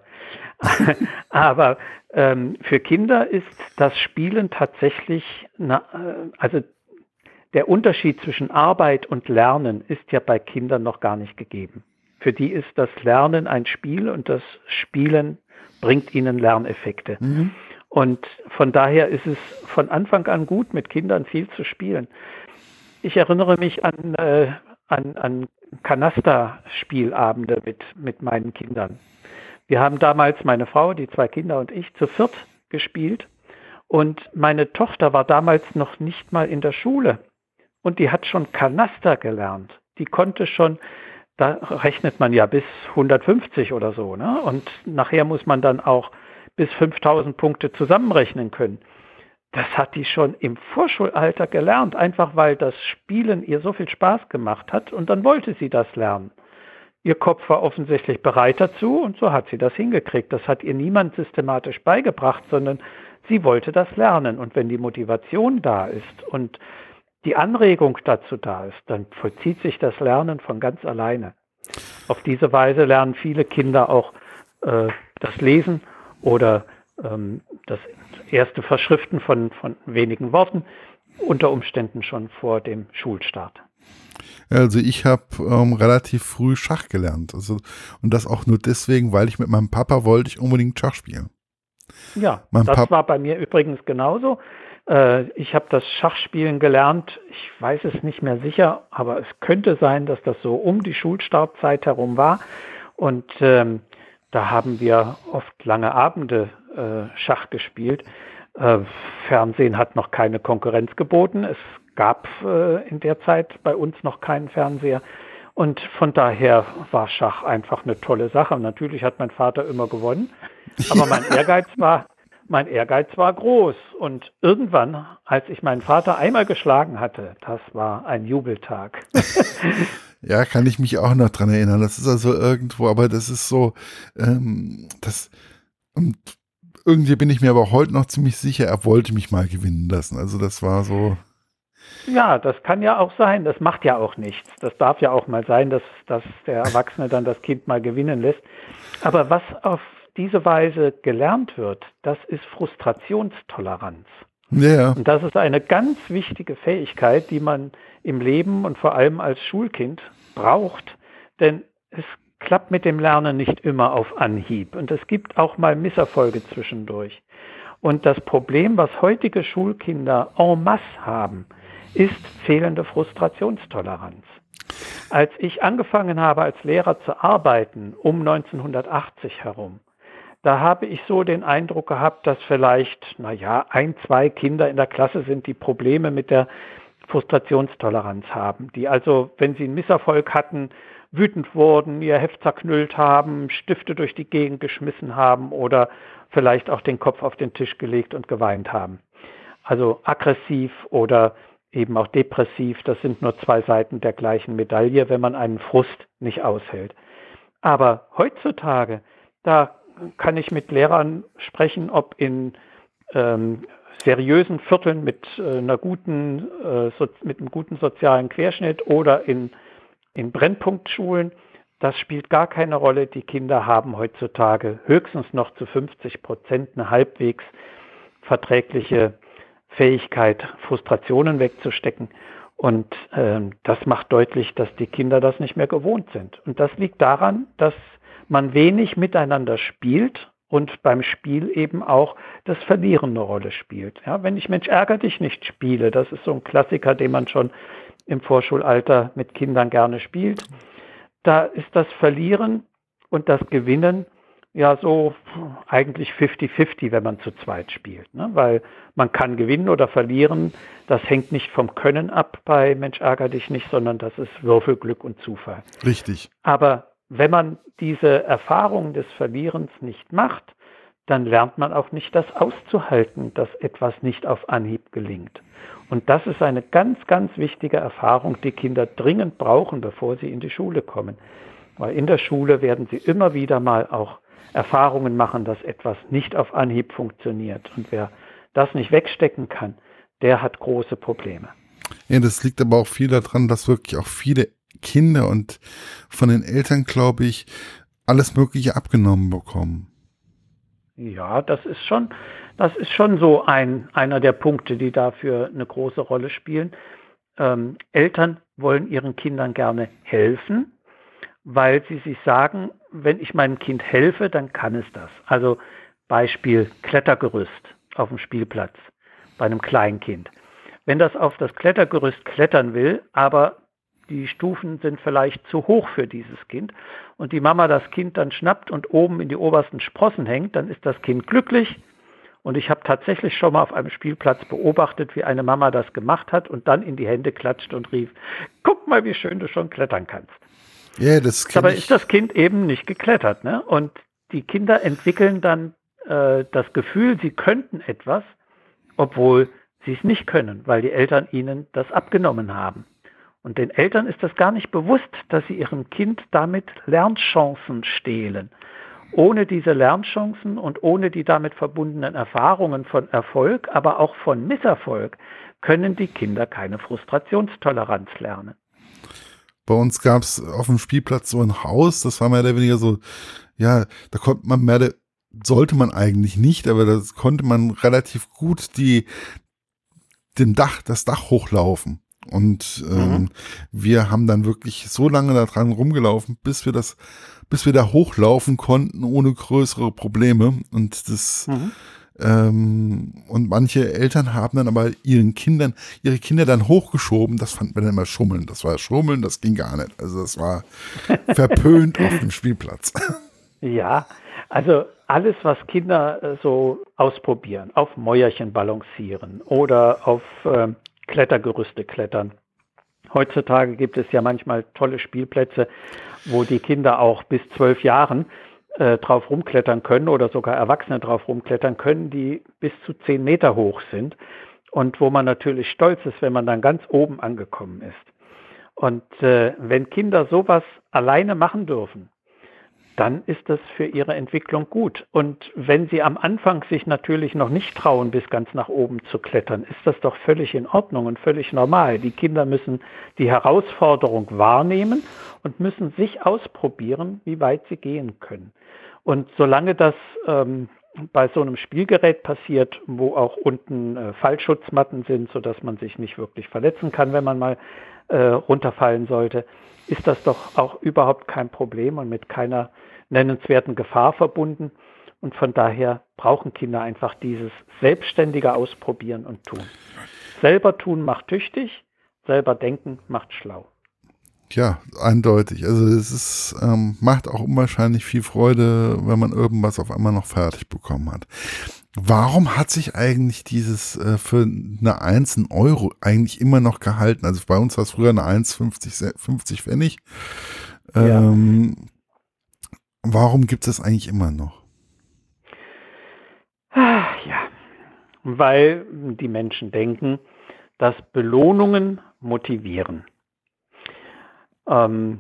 Aber ähm, für Kinder ist das Spielen tatsächlich, na, also der Unterschied zwischen Arbeit und Lernen ist ja bei Kindern noch gar nicht gegeben. Für die ist das Lernen ein Spiel und das Spielen bringt ihnen Lerneffekte. Mhm. Und von daher ist es von Anfang an gut, mit Kindern viel zu spielen. Ich erinnere mich an, äh, an, an Kanasterspielabende mit, mit meinen Kindern. Wir haben damals, meine Frau, die zwei Kinder und ich, zu viert gespielt. Und meine Tochter war damals noch nicht mal in der Schule und die hat schon Kanaster gelernt. Die konnte schon, da rechnet man ja bis hundertfünfzig oder so, ne? Und nachher muss man dann auch bis fünftausend Punkte zusammenrechnen können. Das hat die schon im Vorschulalter gelernt, einfach weil das Spielen ihr so viel Spaß gemacht hat und dann wollte sie das lernen. Ihr Kopf war offensichtlich bereit dazu und so hat sie das hingekriegt. Das hat ihr niemand systematisch beigebracht, sondern sie wollte das lernen. Und wenn die Motivation da ist und die Anregung dazu da ist, dann vollzieht sich das Lernen von ganz alleine. Auf diese Weise lernen viele Kinder auch äh, das Lesen oder ähm, das erste Verschriften von, von wenigen Worten, unter Umständen schon vor dem Schulstart. Also ich habe ähm, relativ früh Schach gelernt. Also, und das auch nur deswegen, weil ich mit meinem Papa wollte ich unbedingt Schach spielen. Ja, mein das Pap- war bei mir übrigens genauso. Äh, ich habe das Schachspielen gelernt, ich weiß es nicht mehr sicher, aber es könnte sein, dass das so um die Schulstartzeit herum war. Und ähm, da haben wir oft lange Abende äh, Schach gespielt. Äh, Fernsehen hat noch keine Konkurrenz geboten. Es gab äh, in der Zeit bei uns noch keinen Fernseher. Und von daher war Schach einfach eine tolle Sache. Natürlich hat mein Vater immer gewonnen, aber mein Ehrgeiz war, mein Ehrgeiz war groß. Und irgendwann, als ich meinen Vater einmal geschlagen hatte, das war ein Jubeltag. Ja, kann ich mich auch noch dran erinnern. Das ist also irgendwo, aber das ist so, ähm, das, und irgendwie bin ich mir aber heute noch ziemlich sicher, er wollte mich mal gewinnen lassen. Also das war so. Ja, das kann ja auch sein. Das macht ja auch nichts. Das darf ja auch mal sein, dass, dass der Erwachsene dann das Kind mal gewinnen lässt. Aber was auf diese Weise gelernt wird, das ist Frustrationstoleranz. Ja. Und das ist eine ganz wichtige Fähigkeit, die man im Leben und vor allem als Schulkind braucht. Denn es klappt mit dem Lernen nicht immer auf Anhieb. Und es gibt auch mal Misserfolge zwischendurch. Und das Problem, was heutige Schulkinder en masse haben, ist fehlende Frustrationstoleranz. Als ich angefangen habe, als Lehrer zu arbeiten, um neunzehnhundertachtzig herum, da habe ich so den Eindruck gehabt, dass vielleicht, naja, ein, zwei Kinder in der Klasse sind, die Probleme mit der Frustrationstoleranz haben, die also, wenn sie einen Misserfolg hatten, wütend wurden, ihr Heft zerknüllt haben, Stifte durch die Gegend geschmissen haben oder vielleicht auch den Kopf auf den Tisch gelegt und geweint haben. Also aggressiv oder eben auch depressiv, das sind nur zwei Seiten der gleichen Medaille, wenn man einen Frust nicht aushält. Aber heutzutage, da kann ich mit Lehrern sprechen, ob in ähm, seriösen Vierteln mit äh, einer guten, äh, so, mit einem guten sozialen Querschnitt oder in, in Brennpunktschulen. Das spielt gar keine Rolle. Die Kinder haben heutzutage höchstens noch zu fünfzig Prozent eine halbwegs verträgliche Fähigkeit, Frustrationen wegzustecken. Und ähm, das macht deutlich, dass die Kinder das nicht mehr gewohnt sind. Und das liegt daran, dass man wenig miteinander spielt und beim Spiel eben auch das Verlieren eine Rolle spielt. Ja, wenn ich Mensch, ärger dich nicht spiele, das ist so ein Klassiker, den man schon im Vorschulalter mit Kindern gerne spielt. Da ist das Verlieren und das Gewinnen ja so eigentlich fifty fifty, wenn man zu zweit spielt. Ne? Weil man kann gewinnen oder verlieren, das hängt nicht vom Können ab bei Mensch, ärger dich nicht, sondern das ist Würfelglück und Zufall. Richtig. Aber wenn man diese Erfahrung des Verlierens nicht macht, dann lernt man auch nicht das auszuhalten, dass etwas nicht auf Anhieb gelingt. Und das ist eine ganz, ganz wichtige Erfahrung, die Kinder dringend brauchen, bevor sie in die Schule kommen. Weil in der Schule werden sie immer wieder mal auch Erfahrungen machen, dass etwas nicht auf Anhieb funktioniert. Und wer das nicht wegstecken kann, der hat große Probleme. Ja, das liegt aber auch viel daran, dass wirklich auch viele Kinder und von den Eltern, glaube ich, alles Mögliche abgenommen bekommen. Ja, das ist schon, das ist schon so ein, einer der Punkte, die dafür eine große Rolle spielen. Ähm, Eltern wollen ihren Kindern gerne helfen, weil sie sich sagen, wenn ich meinem Kind helfe, dann kann es das. Also Beispiel Klettergerüst auf dem Spielplatz bei einem Kleinkind. Wenn das auf das Klettergerüst klettern will, aber die Stufen sind vielleicht zu hoch für dieses Kind und die Mama das Kind dann schnappt und oben in die obersten Sprossen hängt, dann ist das Kind glücklich Und ich habe tatsächlich schon mal auf einem Spielplatz beobachtet, wie eine Mama das gemacht hat und dann in die Hände klatscht und rief, guck mal, wie schön du schon klettern kannst. Ja, das kenn Dabei ich. ist das Kind eben nicht geklettert, ne? Und die Kinder entwickeln dann äh, das Gefühl, sie könnten etwas, obwohl sie es nicht können, weil die Eltern ihnen das abgenommen haben. Und den Eltern ist das gar nicht bewusst, dass sie ihrem Kind damit Lernchancen stehlen. Ohne diese Lernchancen und ohne die damit verbundenen Erfahrungen von Erfolg, aber auch von Misserfolg, können die Kinder keine Frustrationstoleranz lernen. Bei uns gab es auf dem Spielplatz so ein Haus, das war mehr oder weniger so, ja, da konnte man mehr, sollte man eigentlich nicht, aber da konnte man relativ gut die, dem Dach, das Dach hochlaufen. Und ähm, Mhm. wir haben dann wirklich so lange da dran rumgelaufen, bis wir das, bis wir da hochlaufen konnten, ohne größere Probleme. Und das, Mhm. ähm, und manche Eltern haben dann aber ihren Kindern, ihre Kinder dann hochgeschoben. Das fand man dann immer Schummeln. Das war Schummeln, das ging gar nicht. Also das war verpönt auf dem Spielplatz. Ja, also alles, was Kinder äh, so ausprobieren, auf Mäuerchen balancieren oder auf äh, Klettergerüste klettern. Heutzutage gibt es ja manchmal tolle Spielplätze, wo die Kinder auch bis zwölf Jahren äh, drauf rumklettern können oder sogar Erwachsene drauf rumklettern können, die bis zu zehn Meter hoch sind und wo man natürlich stolz ist, wenn man dann ganz oben angekommen ist. Und äh, wenn Kinder sowas alleine machen dürfen, dann ist das für ihre Entwicklung gut. Und wenn sie am Anfang sich natürlich noch nicht trauen, bis ganz nach oben zu klettern, ist das doch völlig in Ordnung und völlig normal. Die Kinder müssen die Herausforderung wahrnehmen und müssen sich ausprobieren, wie weit sie gehen können. Und solange das ähm, bei so einem Spielgerät passiert, wo auch unten äh, Fallschutzmatten sind, sodass man sich nicht wirklich verletzen kann, wenn man mal äh, runterfallen sollte, ist das doch auch überhaupt kein Problem und mit keiner nennenswerten Gefahr verbunden. Und von daher brauchen Kinder einfach dieses selbstständige Ausprobieren und Tun. Selber tun macht tüchtig, selber denken macht schlau. Ja, eindeutig. Also es ist, ähm, macht auch unwahrscheinlich viel Freude, wenn man irgendwas auf einmal noch fertig bekommen hat. Warum hat sich eigentlich dieses äh, für eine eins ein Euro eigentlich immer noch gehalten? Also bei uns war es früher eine eins fünfzig, fünfzig Pfennig. Ähm, ja. Warum gibt es eigentlich immer noch? Ja, weil die Menschen denken, dass Belohnungen motivieren. Ähm,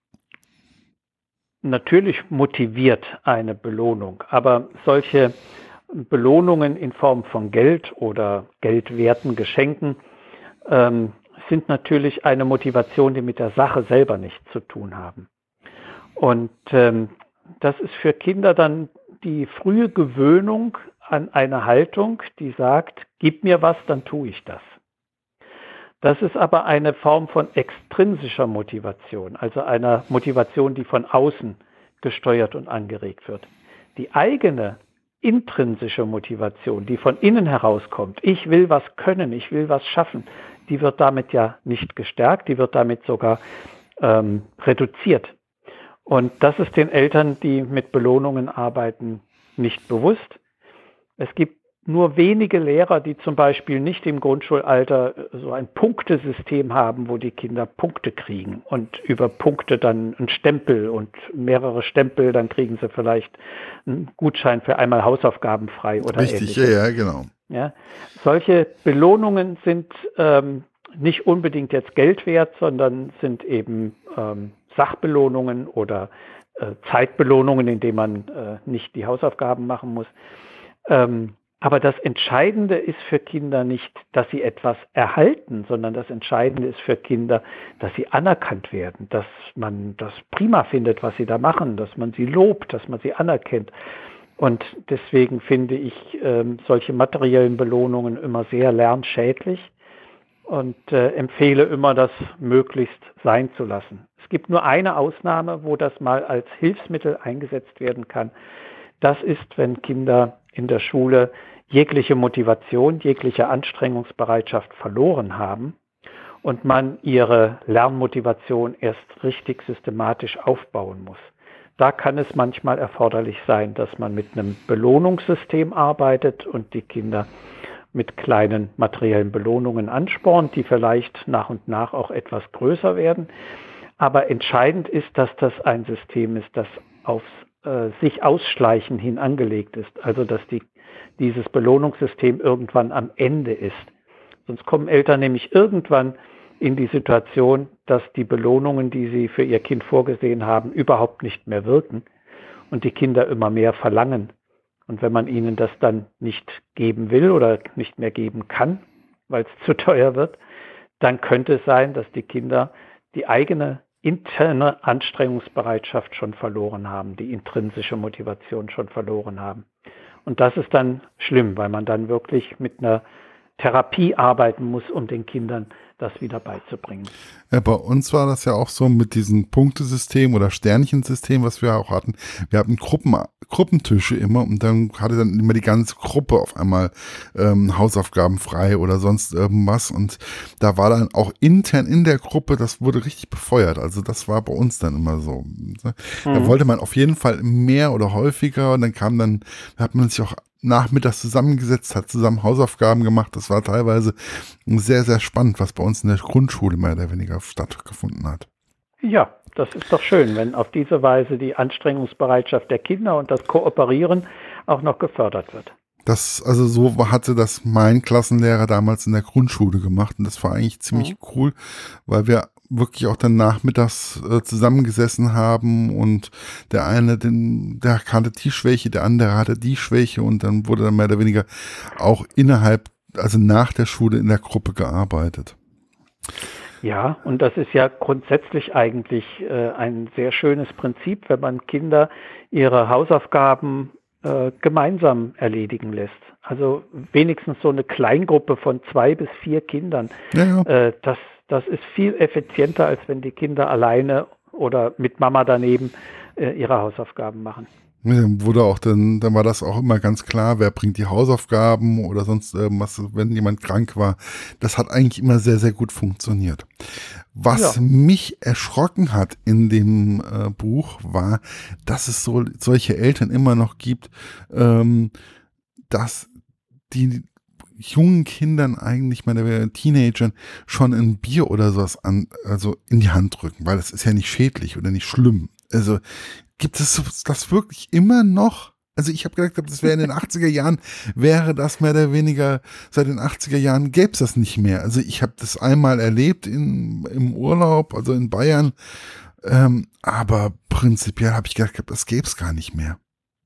natürlich motiviert eine Belohnung, aber solche Belohnungen in Form von Geld oder geldwerten Geschenken ähm, sind natürlich eine Motivation, die mit der Sache selber nichts zu tun haben. Und ähm, das ist für Kinder dann die frühe Gewöhnung an eine Haltung, die sagt, gib mir was, dann tue ich das. Das ist aber eine Form von extrinsischer Motivation, also einer Motivation, die von außen gesteuert und angeregt wird. Die eigene intrinsische Motivation, die von innen herauskommt, ich will was können, ich will was schaffen, die wird damit ja nicht gestärkt, die wird damit sogar ähm, reduziert. Und das ist den Eltern, die mit Belohnungen arbeiten, nicht bewusst. Es gibt nur wenige Lehrer, die zum Beispiel nicht im Grundschulalter so ein Punktesystem haben, wo die Kinder Punkte kriegen und über Punkte dann einen Stempel und mehrere Stempel, dann kriegen sie vielleicht einen Gutschein für einmal Hausaufgaben frei oder Richtig, ähnliches. ja, ja, genau. Ja, solche Belohnungen sind ähm, nicht unbedingt jetzt Geld wert, sondern sind eben ähm, Sachbelohnungen oder äh, Zeitbelohnungen, indem man äh, nicht die Hausaufgaben machen muss. Ähm, aber das Entscheidende ist für Kinder nicht, dass sie etwas erhalten, sondern das Entscheidende ist für Kinder, dass sie anerkannt werden, dass man das prima findet, was sie da machen, dass man sie lobt, dass man sie anerkennt. Und deswegen finde ich ähm, solche materiellen Belohnungen immer sehr lernschädlich und äh, empfehle immer, das möglichst sein zu lassen. Es gibt nur eine Ausnahme, wo das mal als Hilfsmittel eingesetzt werden kann. Das ist, wenn Kinder in der Schule jegliche Motivation, jegliche Anstrengungsbereitschaft verloren haben und man ihre Lernmotivation erst richtig systematisch aufbauen muss. Da kann es manchmal erforderlich sein, dass man mit einem Belohnungssystem arbeitet und die Kinder mit kleinen materiellen Belohnungen anspornt, die vielleicht nach und nach auch etwas größer werden. Aber entscheidend ist, dass das ein System ist, das auf äh, sich ausschleichen hin angelegt ist. Also dass die, dieses Belohnungssystem irgendwann am Ende ist. Sonst kommen Eltern nämlich irgendwann in die Situation, dass die Belohnungen, die sie für ihr Kind vorgesehen haben, überhaupt nicht mehr wirken und die Kinder immer mehr verlangen. Und wenn man ihnen das dann nicht geben will oder nicht mehr geben kann, weil es zu teuer wird, dann könnte es sein, dass die Kinder die eigene interne Anstrengungsbereitschaft schon verloren haben, die intrinsische Motivation schon verloren haben. Und das ist dann schlimm, weil man dann wirklich mit einer Therapie arbeiten muss, um den Kindern das wieder beizubringen. Ja, bei uns war das ja auch so mit diesem Punktesystem oder Sternchensystem, was wir auch hatten. Wir hatten Gruppen, Gruppentische immer und dann hatte dann immer die ganze Gruppe auf einmal ähm, Hausaufgaben frei oder sonst irgendwas und da war dann auch intern in der Gruppe, das wurde richtig befeuert. Also das war bei uns dann immer so. Da mhm. wollte man auf jeden Fall mehr oder häufiger und dann kam dann, da hat man sich auch nachmittags zusammengesetzt, hat zusammen Hausaufgaben gemacht. Das war teilweise sehr, sehr spannend, was bei uns in der Grundschule mehr oder weniger stattgefunden hat. Ja, das ist doch schön, wenn auf diese Weise die Anstrengungsbereitschaft der Kinder und das Kooperieren auch noch gefördert wird. Das, also so hatte das mein Klassenlehrer damals in der Grundschule gemacht und das war eigentlich ziemlich mhm. cool, weil wir wirklich auch dann nachmittags äh, zusammengesessen haben und der eine, den, der hatte die Schwäche, der andere hatte die Schwäche und dann wurde dann mehr oder weniger auch innerhalb, also nach der Schule in der Gruppe gearbeitet. Ja, und das ist ja grundsätzlich eigentlich äh, ein sehr schönes Prinzip, wenn man Kinder ihre Hausaufgaben äh, gemeinsam erledigen lässt. Also wenigstens so eine Kleingruppe von zwei bis vier Kindern. Ja, ja. Äh, das Das ist viel effizienter, als wenn die Kinder alleine oder mit Mama daneben äh, ihre Hausaufgaben machen. Ja, dann wurde auch dann, dann war das auch immer ganz klar, wer bringt die Hausaufgaben oder sonst irgendwas, wenn jemand krank war. Das hat eigentlich immer sehr, sehr gut funktioniert. Was ja. mich erschrocken hat in dem äh, Buch war, dass es so solche Eltern immer noch gibt, ähm, dass die jungen Kindern eigentlich, meine Teenagern, schon ein Bier oder sowas an, also in die Hand drücken, weil das ist ja nicht schädlich oder nicht schlimm. Also gibt es das wirklich immer noch? Also ich habe gedacht, das wäre in den achtziger Jahren, wäre das mehr oder weniger, seit den achtziger Jahren gäbe es das nicht mehr. Also ich habe das einmal erlebt in, im Urlaub, also in Bayern, ähm, aber prinzipiell habe ich gedacht, das gäbe es gar nicht mehr.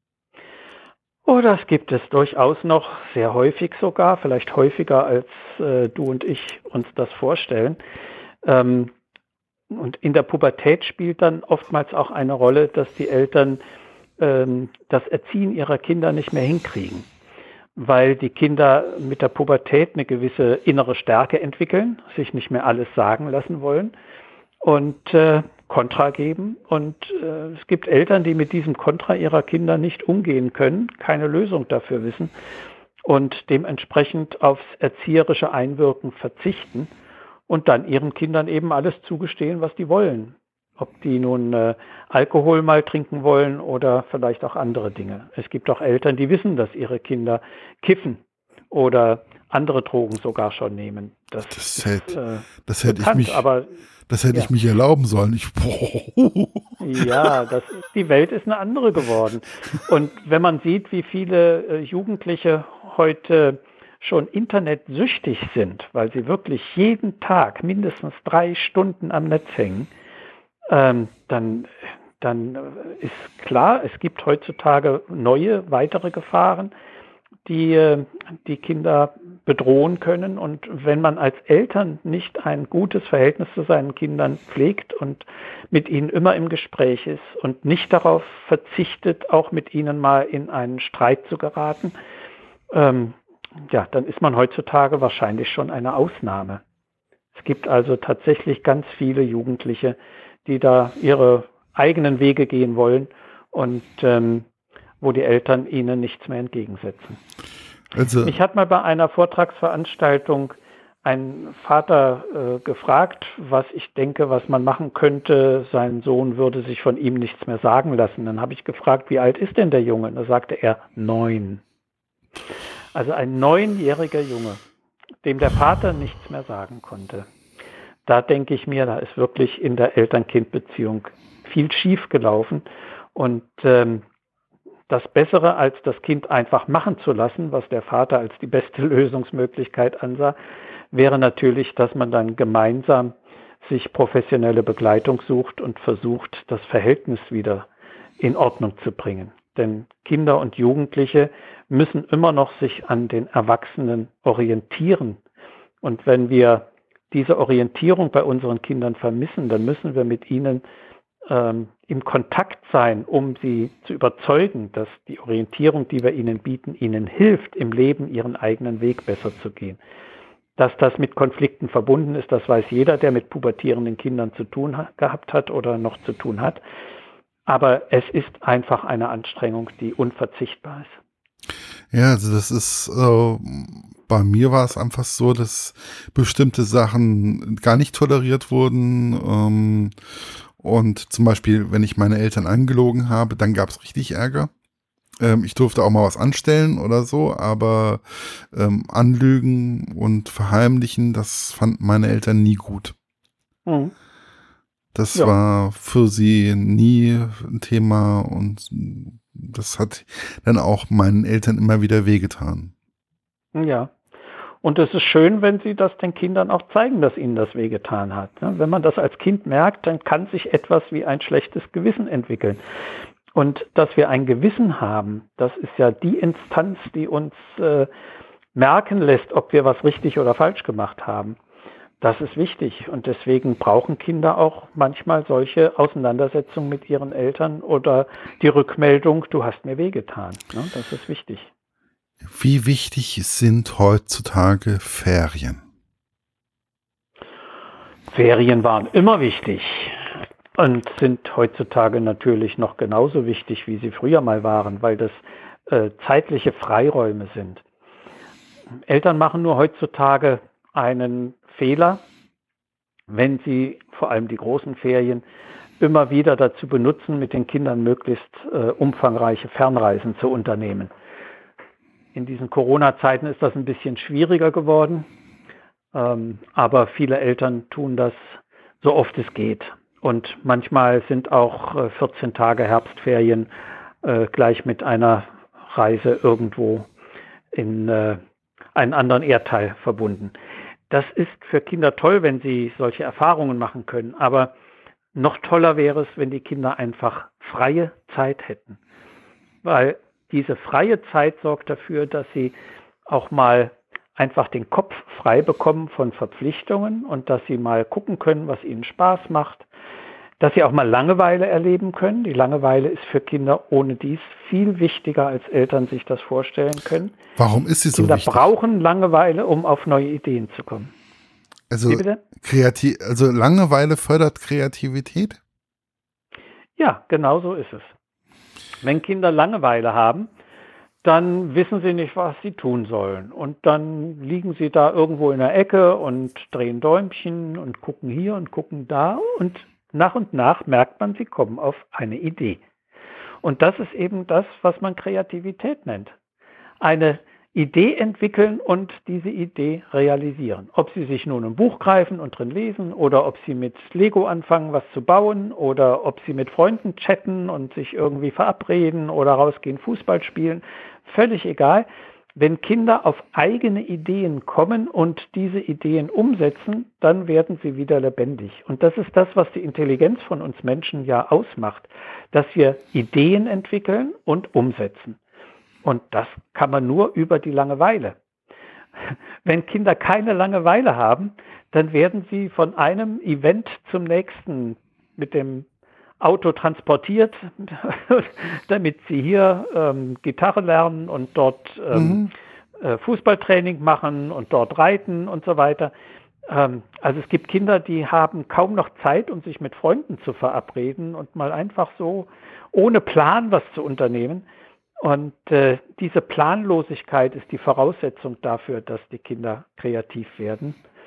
Oh, das gibt es durchaus noch, sehr häufig sogar, vielleicht häufiger als äh, du und ich uns das vorstellen. Ähm, und in der Pubertät spielt dann oftmals auch eine Rolle, dass die Eltern ähm, das Erziehen ihrer Kinder nicht mehr hinkriegen, weil die Kinder mit der Pubertät eine gewisse innere Stärke entwickeln, sich nicht mehr alles sagen lassen wollen und äh, Kontra geben. Und äh, es gibt Eltern, die mit diesem Kontra ihrer Kinder nicht umgehen können, keine Lösung dafür wissen und dementsprechend aufs erzieherische Einwirken verzichten und dann ihren Kindern eben alles zugestehen, was die wollen. Ob die nun äh, Alkohol mal trinken wollen oder vielleicht auch andere Dinge. Es gibt auch Eltern, die wissen, dass ihre Kinder kiffen oder andere Drogen sogar schon nehmen. Das, das, ist, hätte, äh, das hätte bekannt, ich mich... aber Das hätte ja. ich mich erlauben sollen. Ich, ja, das ist, die Welt ist eine andere geworden. Und wenn man sieht, wie viele äh, Jugendliche heute schon internetsüchtig sind, weil sie wirklich jeden Tag mindestens drei Stunden am Netz hängen, ähm, dann, dann ist klar, es gibt heutzutage neue, weitere Gefahren, die äh, die Kinder bedrohen können. Und wenn man als Eltern nicht ein gutes Verhältnis zu seinen Kindern pflegt und mit ihnen immer im Gespräch ist und nicht darauf verzichtet, auch mit ihnen mal in einen Streit zu geraten, ähm, ja, dann ist man heutzutage wahrscheinlich schon eine Ausnahme. Es gibt also tatsächlich ganz viele Jugendliche, die da ihre eigenen Wege gehen wollen und ähm, wo die Eltern ihnen nichts mehr entgegensetzen. Also, mich hat mal bei einer Vortragsveranstaltung einen Vater äh, gefragt, was ich denke, was man machen könnte. Sein Sohn würde sich von ihm nichts mehr sagen lassen. Dann habe ich gefragt, wie alt ist denn der Junge? Da sagte er neun. Also ein neunjähriger Junge, dem der Vater nichts mehr sagen konnte. Da denke ich mir, da ist wirklich in der Eltern-Kind-Beziehung viel schief gelaufen. Und ähm, das Bessere, als das Kind einfach machen zu lassen, was der Vater als die beste Lösungsmöglichkeit ansah, wäre natürlich, dass man dann gemeinsam sich professionelle Begleitung sucht und versucht, das Verhältnis wieder in Ordnung zu bringen. Denn Kinder und Jugendliche müssen immer noch sich an den Erwachsenen orientieren. Und wenn wir diese Orientierung bei unseren Kindern vermissen, dann müssen wir mit ihnen ähm, im Kontakt sein, um sie zu überzeugen, dass die Orientierung, die wir ihnen bieten, ihnen hilft, im Leben ihren eigenen Weg besser zu gehen. Dass das mit Konflikten verbunden ist, das weiß jeder, der mit pubertierenden Kindern zu tun ha- gehabt hat oder noch zu tun hat. Aber es ist einfach eine Anstrengung, die unverzichtbar ist. Ja, also das ist, äh, bei mir war es einfach so, dass bestimmte Sachen gar nicht toleriert wurden. Ähm, und zum Beispiel, wenn ich meine Eltern angelogen habe, dann gab es richtig Ärger. Ähm, ich durfte auch mal was anstellen oder so, aber ähm, Anlügen und Verheimlichen, das fanden meine Eltern nie gut. Mhm. Das Ja. war für sie nie ein Thema und das hat dann auch meinen Eltern immer wieder wehgetan. Ja. Und es ist schön, wenn Sie das den Kindern auch zeigen, dass ihnen das wehgetan hat. Wenn man das als Kind merkt, dann kann sich etwas wie ein schlechtes Gewissen entwickeln. Und dass wir ein Gewissen haben, das ist ja die Instanz, die uns äh, merken lässt, ob wir was richtig oder falsch gemacht haben. Das ist wichtig. Und deswegen brauchen Kinder auch manchmal solche Auseinandersetzungen mit ihren Eltern oder die Rückmeldung, du hast mir wehgetan. Ja, das ist wichtig. Wie wichtig sind heutzutage Ferien? Ferien waren immer wichtig und sind heutzutage natürlich noch genauso wichtig, wie sie früher mal waren, weil das äh, zeitliche Freiräume sind. Eltern machen nur heutzutage einen Fehler, wenn sie vor allem die großen Ferien immer wieder dazu benutzen, mit den Kindern möglichst äh, umfangreiche Fernreisen zu unternehmen. In diesen Corona-Zeiten ist das ein bisschen schwieriger geworden, ähm, aber viele Eltern tun das so oft es geht. Und manchmal sind auch äh, vierzehn Tage Herbstferien äh, gleich mit einer Reise irgendwo in äh, einen anderen Erdteil verbunden. Das ist für Kinder toll, wenn sie solche Erfahrungen machen können, aber noch toller wäre es, wenn die Kinder einfach freie Zeit hätten, weil diese freie Zeit sorgt dafür, dass sie auch mal einfach den Kopf frei bekommen von Verpflichtungen und dass sie mal gucken können, was ihnen Spaß macht, dass sie auch mal Langeweile erleben können. Die Langeweile ist für Kinder ohne dies viel wichtiger, als Eltern sich das vorstellen können. Warum ist sie so Kinder wichtig? brauchen Langeweile, um auf neue Ideen zu kommen. Also, Wie bitte? kreativ, also Langeweile fördert Kreativität? Ja, genau so ist es. Wenn Kinder Langeweile haben, dann wissen sie nicht, was sie tun sollen. Und dann liegen sie da irgendwo in der Ecke und drehen Däumchen und gucken hier und gucken da. Und nach und nach merkt man, sie kommen auf eine Idee. Und das ist eben das, was man Kreativität nennt. Eine Idee entwickeln und diese Idee realisieren. Ob sie sich nun ein Buch greifen und drin lesen oder ob sie mit Lego anfangen, was zu bauen oder ob sie mit Freunden chatten und sich irgendwie verabreden oder rausgehen, Fußball spielen, völlig egal. Wenn Kinder auf eigene Ideen kommen und diese Ideen umsetzen, dann werden sie wieder lebendig. Und das ist das, was die Intelligenz von uns Menschen ja ausmacht, dass wir Ideen entwickeln und umsetzen. Und das kann man nur über die Langeweile. Wenn Kinder keine Langeweile haben, dann werden sie von einem Event zum nächsten mit dem Auto transportiert, damit sie hier ähm, Gitarre lernen und dort ähm, mhm. äh, Fußballtraining machen und dort reiten und so weiter. Ähm, also es gibt Kinder, die haben kaum noch Zeit, um sich mit Freunden zu verabreden und mal einfach so ohne Plan was zu unternehmen. Und äh, diese Planlosigkeit ist die Voraussetzung dafür, dass die Kinder kreativ werden.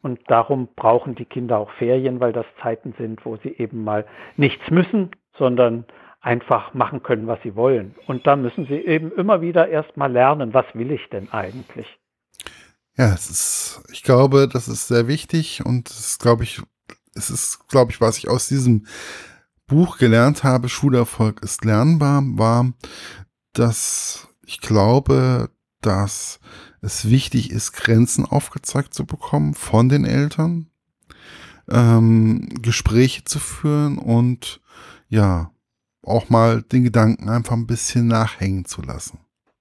Und darum brauchen die Kinder auch Ferien, weil das Zeiten sind, wo sie eben mal nichts müssen, sondern einfach machen können, was sie wollen. Und da müssen sie eben immer wieder erst mal lernen, was will ich denn eigentlich? Ja, es ist, ich glaube, das ist sehr wichtig und es ist, glaube ich, es ist, glaube ich, was ich aus diesem Buch gelernt habe, Schulerfolg ist lernbar, war, dass ich glaube, dass es wichtig ist, Grenzen aufgezeigt zu bekommen von den Eltern, ähm, Gespräche zu führen und ja, auch mal den Gedanken einfach ein bisschen nachhängen zu lassen.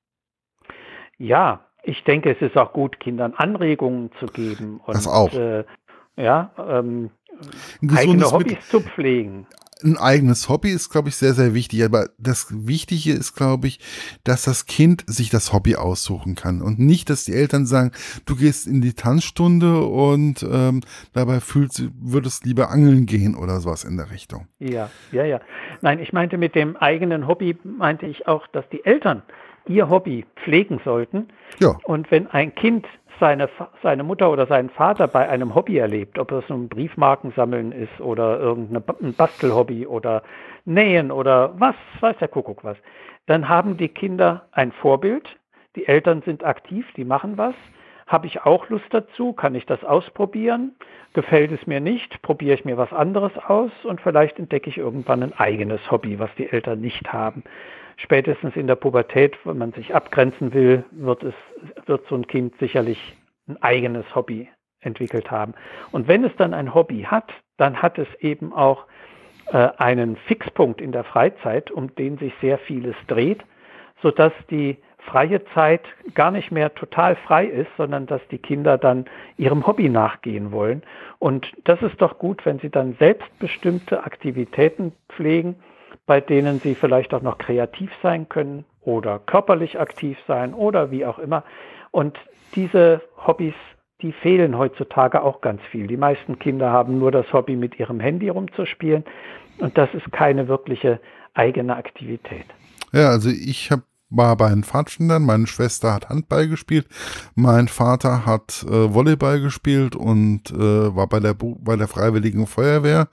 Ja, ich denke, es ist auch gut, Kindern Anregungen zu geben Das und auch. äh, ja, ähm, Ein eigene gesundes Mit Hobbys zu pflegen. ein eigenes Hobby ist, glaube ich, sehr, sehr wichtig. Aber das Wichtige ist, glaube ich, dass das Kind sich das Hobby aussuchen kann. Und nicht, dass die Eltern sagen, du gehst in die Tanzstunde und ähm, dabei fühlst, würdest lieber angeln gehen oder sowas in der Richtung. Ja, ja, ja. Nein, ich meinte mit dem eigenen Hobby, meinte ich auch, dass die Eltern ihr Hobby pflegen sollten. Ja, Und wenn ein Kind seine, seine Mutter oder seinen Vater bei einem Hobby erlebt, ob es nun Briefmarken sammeln ist oder irgendein Bastelhobby oder Nähen oder was, weiß der Kuckuck was, dann haben die Kinder ein Vorbild, die Eltern sind aktiv, die machen was. Habe ich auch Lust dazu? Kann ich das ausprobieren? Gefällt es mir nicht? Probiere ich mir was anderes aus und vielleicht entdecke ich irgendwann ein eigenes Hobby, was die Eltern nicht haben. Spätestens in der Pubertät, wenn man sich abgrenzen will, wird es, wird so ein Kind sicherlich ein eigenes Hobby entwickelt haben. Und wenn es dann ein Hobby hat, dann hat es eben auch äh, einen Fixpunkt in der Freizeit, um den sich sehr vieles dreht, sodass die freie Zeit gar nicht mehr total frei ist, sondern dass die Kinder dann ihrem Hobby nachgehen wollen. Und das ist doch gut, wenn sie dann selbstbestimmte Aktivitäten pflegen, bei denen sie vielleicht auch noch kreativ sein können oder körperlich aktiv sein oder wie auch immer. Und diese Hobbys, die fehlen heutzutage auch ganz viel. Die meisten Kinder haben nur das Hobby, mit ihrem Handy rumzuspielen. Und das ist keine wirkliche eigene Aktivität. ja, also ich habe war bei den Pfadfindern, meine Schwester hat Handball gespielt, mein Vater hat äh, Volleyball gespielt und äh, war bei der Bu- bei der Freiwilligen Feuerwehr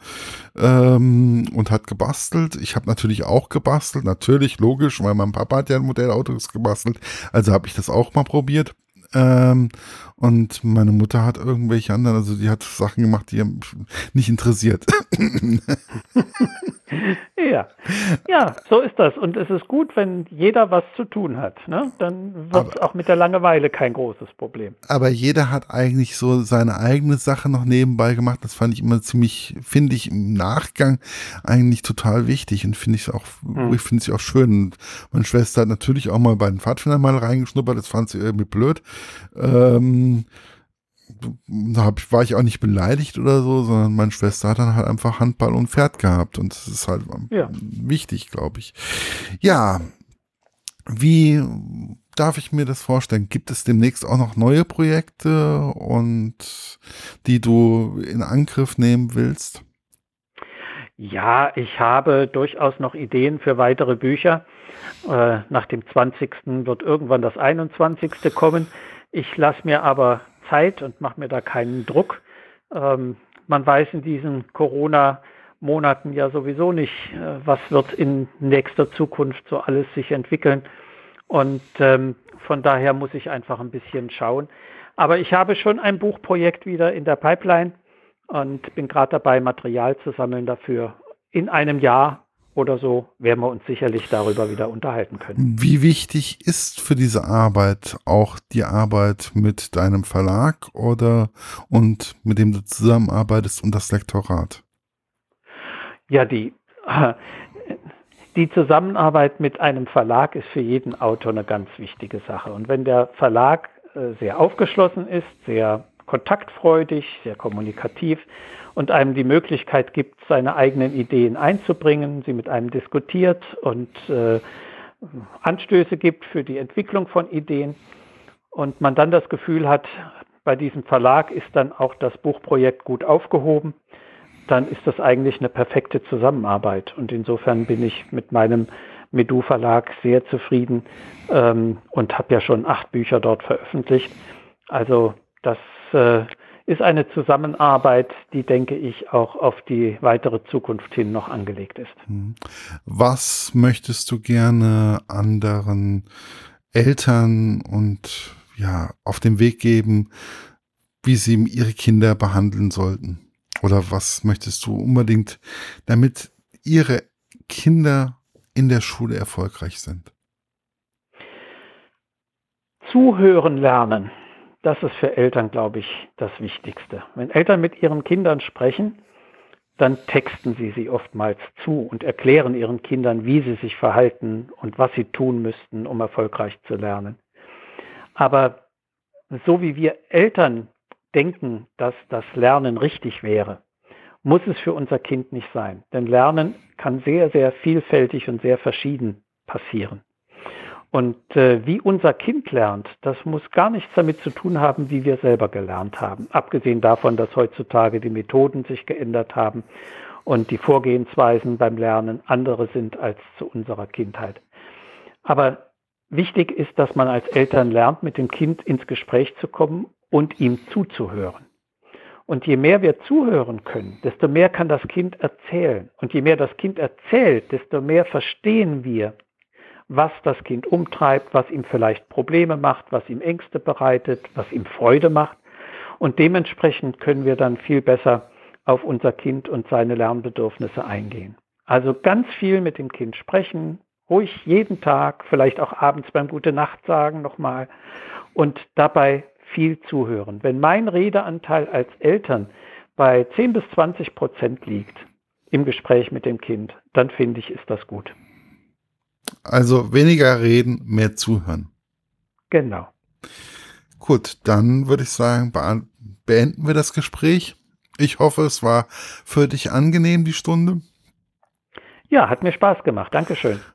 ähm, und hat gebastelt. Ich habe natürlich auch gebastelt, natürlich, logisch, weil mein Papa hat ja ein Modellauto gebastelt, also habe ich das auch mal probiert. Ähm, und meine Mutter hat irgendwelche anderen, also die hat Sachen gemacht, die haben mich nicht interessiert. Ja, ja, so ist das. Und es ist gut, wenn jeder was zu tun hat. Ne? Dann wird es Aber auch mit der Langeweile kein großes Problem. Aber jeder hat eigentlich so seine eigene Sache noch nebenbei gemacht. Das fand ich immer ziemlich, finde ich im Nachgang eigentlich total wichtig und finde ich auch, Hm. ich finde es auch schön. Und meine Schwester hat natürlich auch mal bei den Pfadfindern mal reingeschnuppert. Das fand sie irgendwie blöd. Ähm, da hab, ich- war ich auch nicht beleidigt oder so, sondern meine Schwester hat dann halt einfach Handball und Pferd gehabt und das ist halt Ja. wichtig, glaube ich. Ja, wie darf ich mir das vorstellen? Gibt es demnächst auch noch neue Projekte und die du in Angriff nehmen willst? Ja, ich habe durchaus noch Ideen für weitere Bücher. Äh, nach dem zwanzigsten wird irgendwann das einundzwanzigste kommen. Ich lasse mir aber Zeit und mache mir da keinen Druck. Ähm, man weiß in diesen Corona-Monaten ja sowieso nicht, äh, was wird in nächster Zukunft so alles sich entwickeln. Und ähm, von daher muss ich einfach ein bisschen schauen. Aber ich habe schon ein Buchprojekt wieder in der Pipeline und bin gerade dabei, Material zu sammeln dafür. In einem Jahr oder so werden wir uns sicherlich darüber wieder unterhalten können. Wie wichtig ist für diese Arbeit auch die Arbeit mit deinem Verlag oder und mit dem du zusammenarbeitest und das Lektorat? Ja, die, die Zusammenarbeit mit einem Verlag ist für jeden Autor eine ganz wichtige Sache. Und wenn der Verlag äh, sehr aufgeschlossen ist, sehr kontaktfreudig, sehr kommunikativ und einem die Möglichkeit gibt, seine eigenen Ideen einzubringen, sie mit einem diskutiert und äh, Anstöße gibt für die Entwicklung von Ideen und man dann das Gefühl hat, bei diesem Verlag ist dann auch das Buchprojekt gut aufgehoben, dann ist das eigentlich eine perfekte Zusammenarbeit. Und insofern bin ich mit meinem Medu Verlag sehr zufrieden ähm, und habe ja schon acht Bücher dort veröffentlicht. Also das äh, ist eine Zusammenarbeit, die, denke ich, auch auf die weitere Zukunft hin noch angelegt ist. Was möchtest du gerne anderen Eltern und ja, auf den Weg geben, wie sie ihre Kinder behandeln sollten? Oder was möchtest du unbedingt, damit ihre Kinder in der Schule erfolgreich sind? Zuhören lernen, das ist für Eltern, glaube ich, das Wichtigste. Wenn Eltern mit ihren Kindern sprechen, dann texten sie sie oftmals zu und erklären ihren Kindern, wie sie sich verhalten und was sie tun müssten, um erfolgreich zu lernen. Aber so wie wir Eltern denken, dass das Lernen richtig wäre, muss es für unser Kind nicht sein. Denn Lernen kann sehr, sehr vielfältig und sehr verschieden passieren. Und äh, wie unser Kind lernt, das muss gar nichts damit zu tun haben, wie wir selber gelernt haben. Abgesehen davon, dass heutzutage die Methoden sich geändert haben und die Vorgehensweisen beim Lernen andere sind als zu unserer Kindheit. Aber wichtig ist, dass man als Eltern lernt, mit dem Kind ins Gespräch zu kommen und ihm zuzuhören. Und je mehr wir zuhören können, desto mehr kann das Kind erzählen. Und je mehr das Kind erzählt, desto mehr verstehen wir, was das Kind umtreibt, was ihm vielleicht Probleme macht, was ihm Ängste bereitet, was ihm Freude macht. Und dementsprechend können wir dann viel besser auf unser Kind und seine Lernbedürfnisse eingehen. Also ganz viel mit dem Kind sprechen, ruhig jeden Tag, vielleicht auch abends beim Gute-Nacht sagen nochmal und dabei viel zuhören. Wenn mein Redeanteil als Eltern bei zehn bis zwanzig Prozent liegt im Gespräch mit dem Kind, dann finde ich, ist das gut. Also weniger reden, mehr zuhören. Genau. Gut, dann würde ich sagen, beenden wir das Gespräch. Ich hoffe, es war für dich angenehm, die Stunde. Ja, hat mir Spaß gemacht. Dankeschön.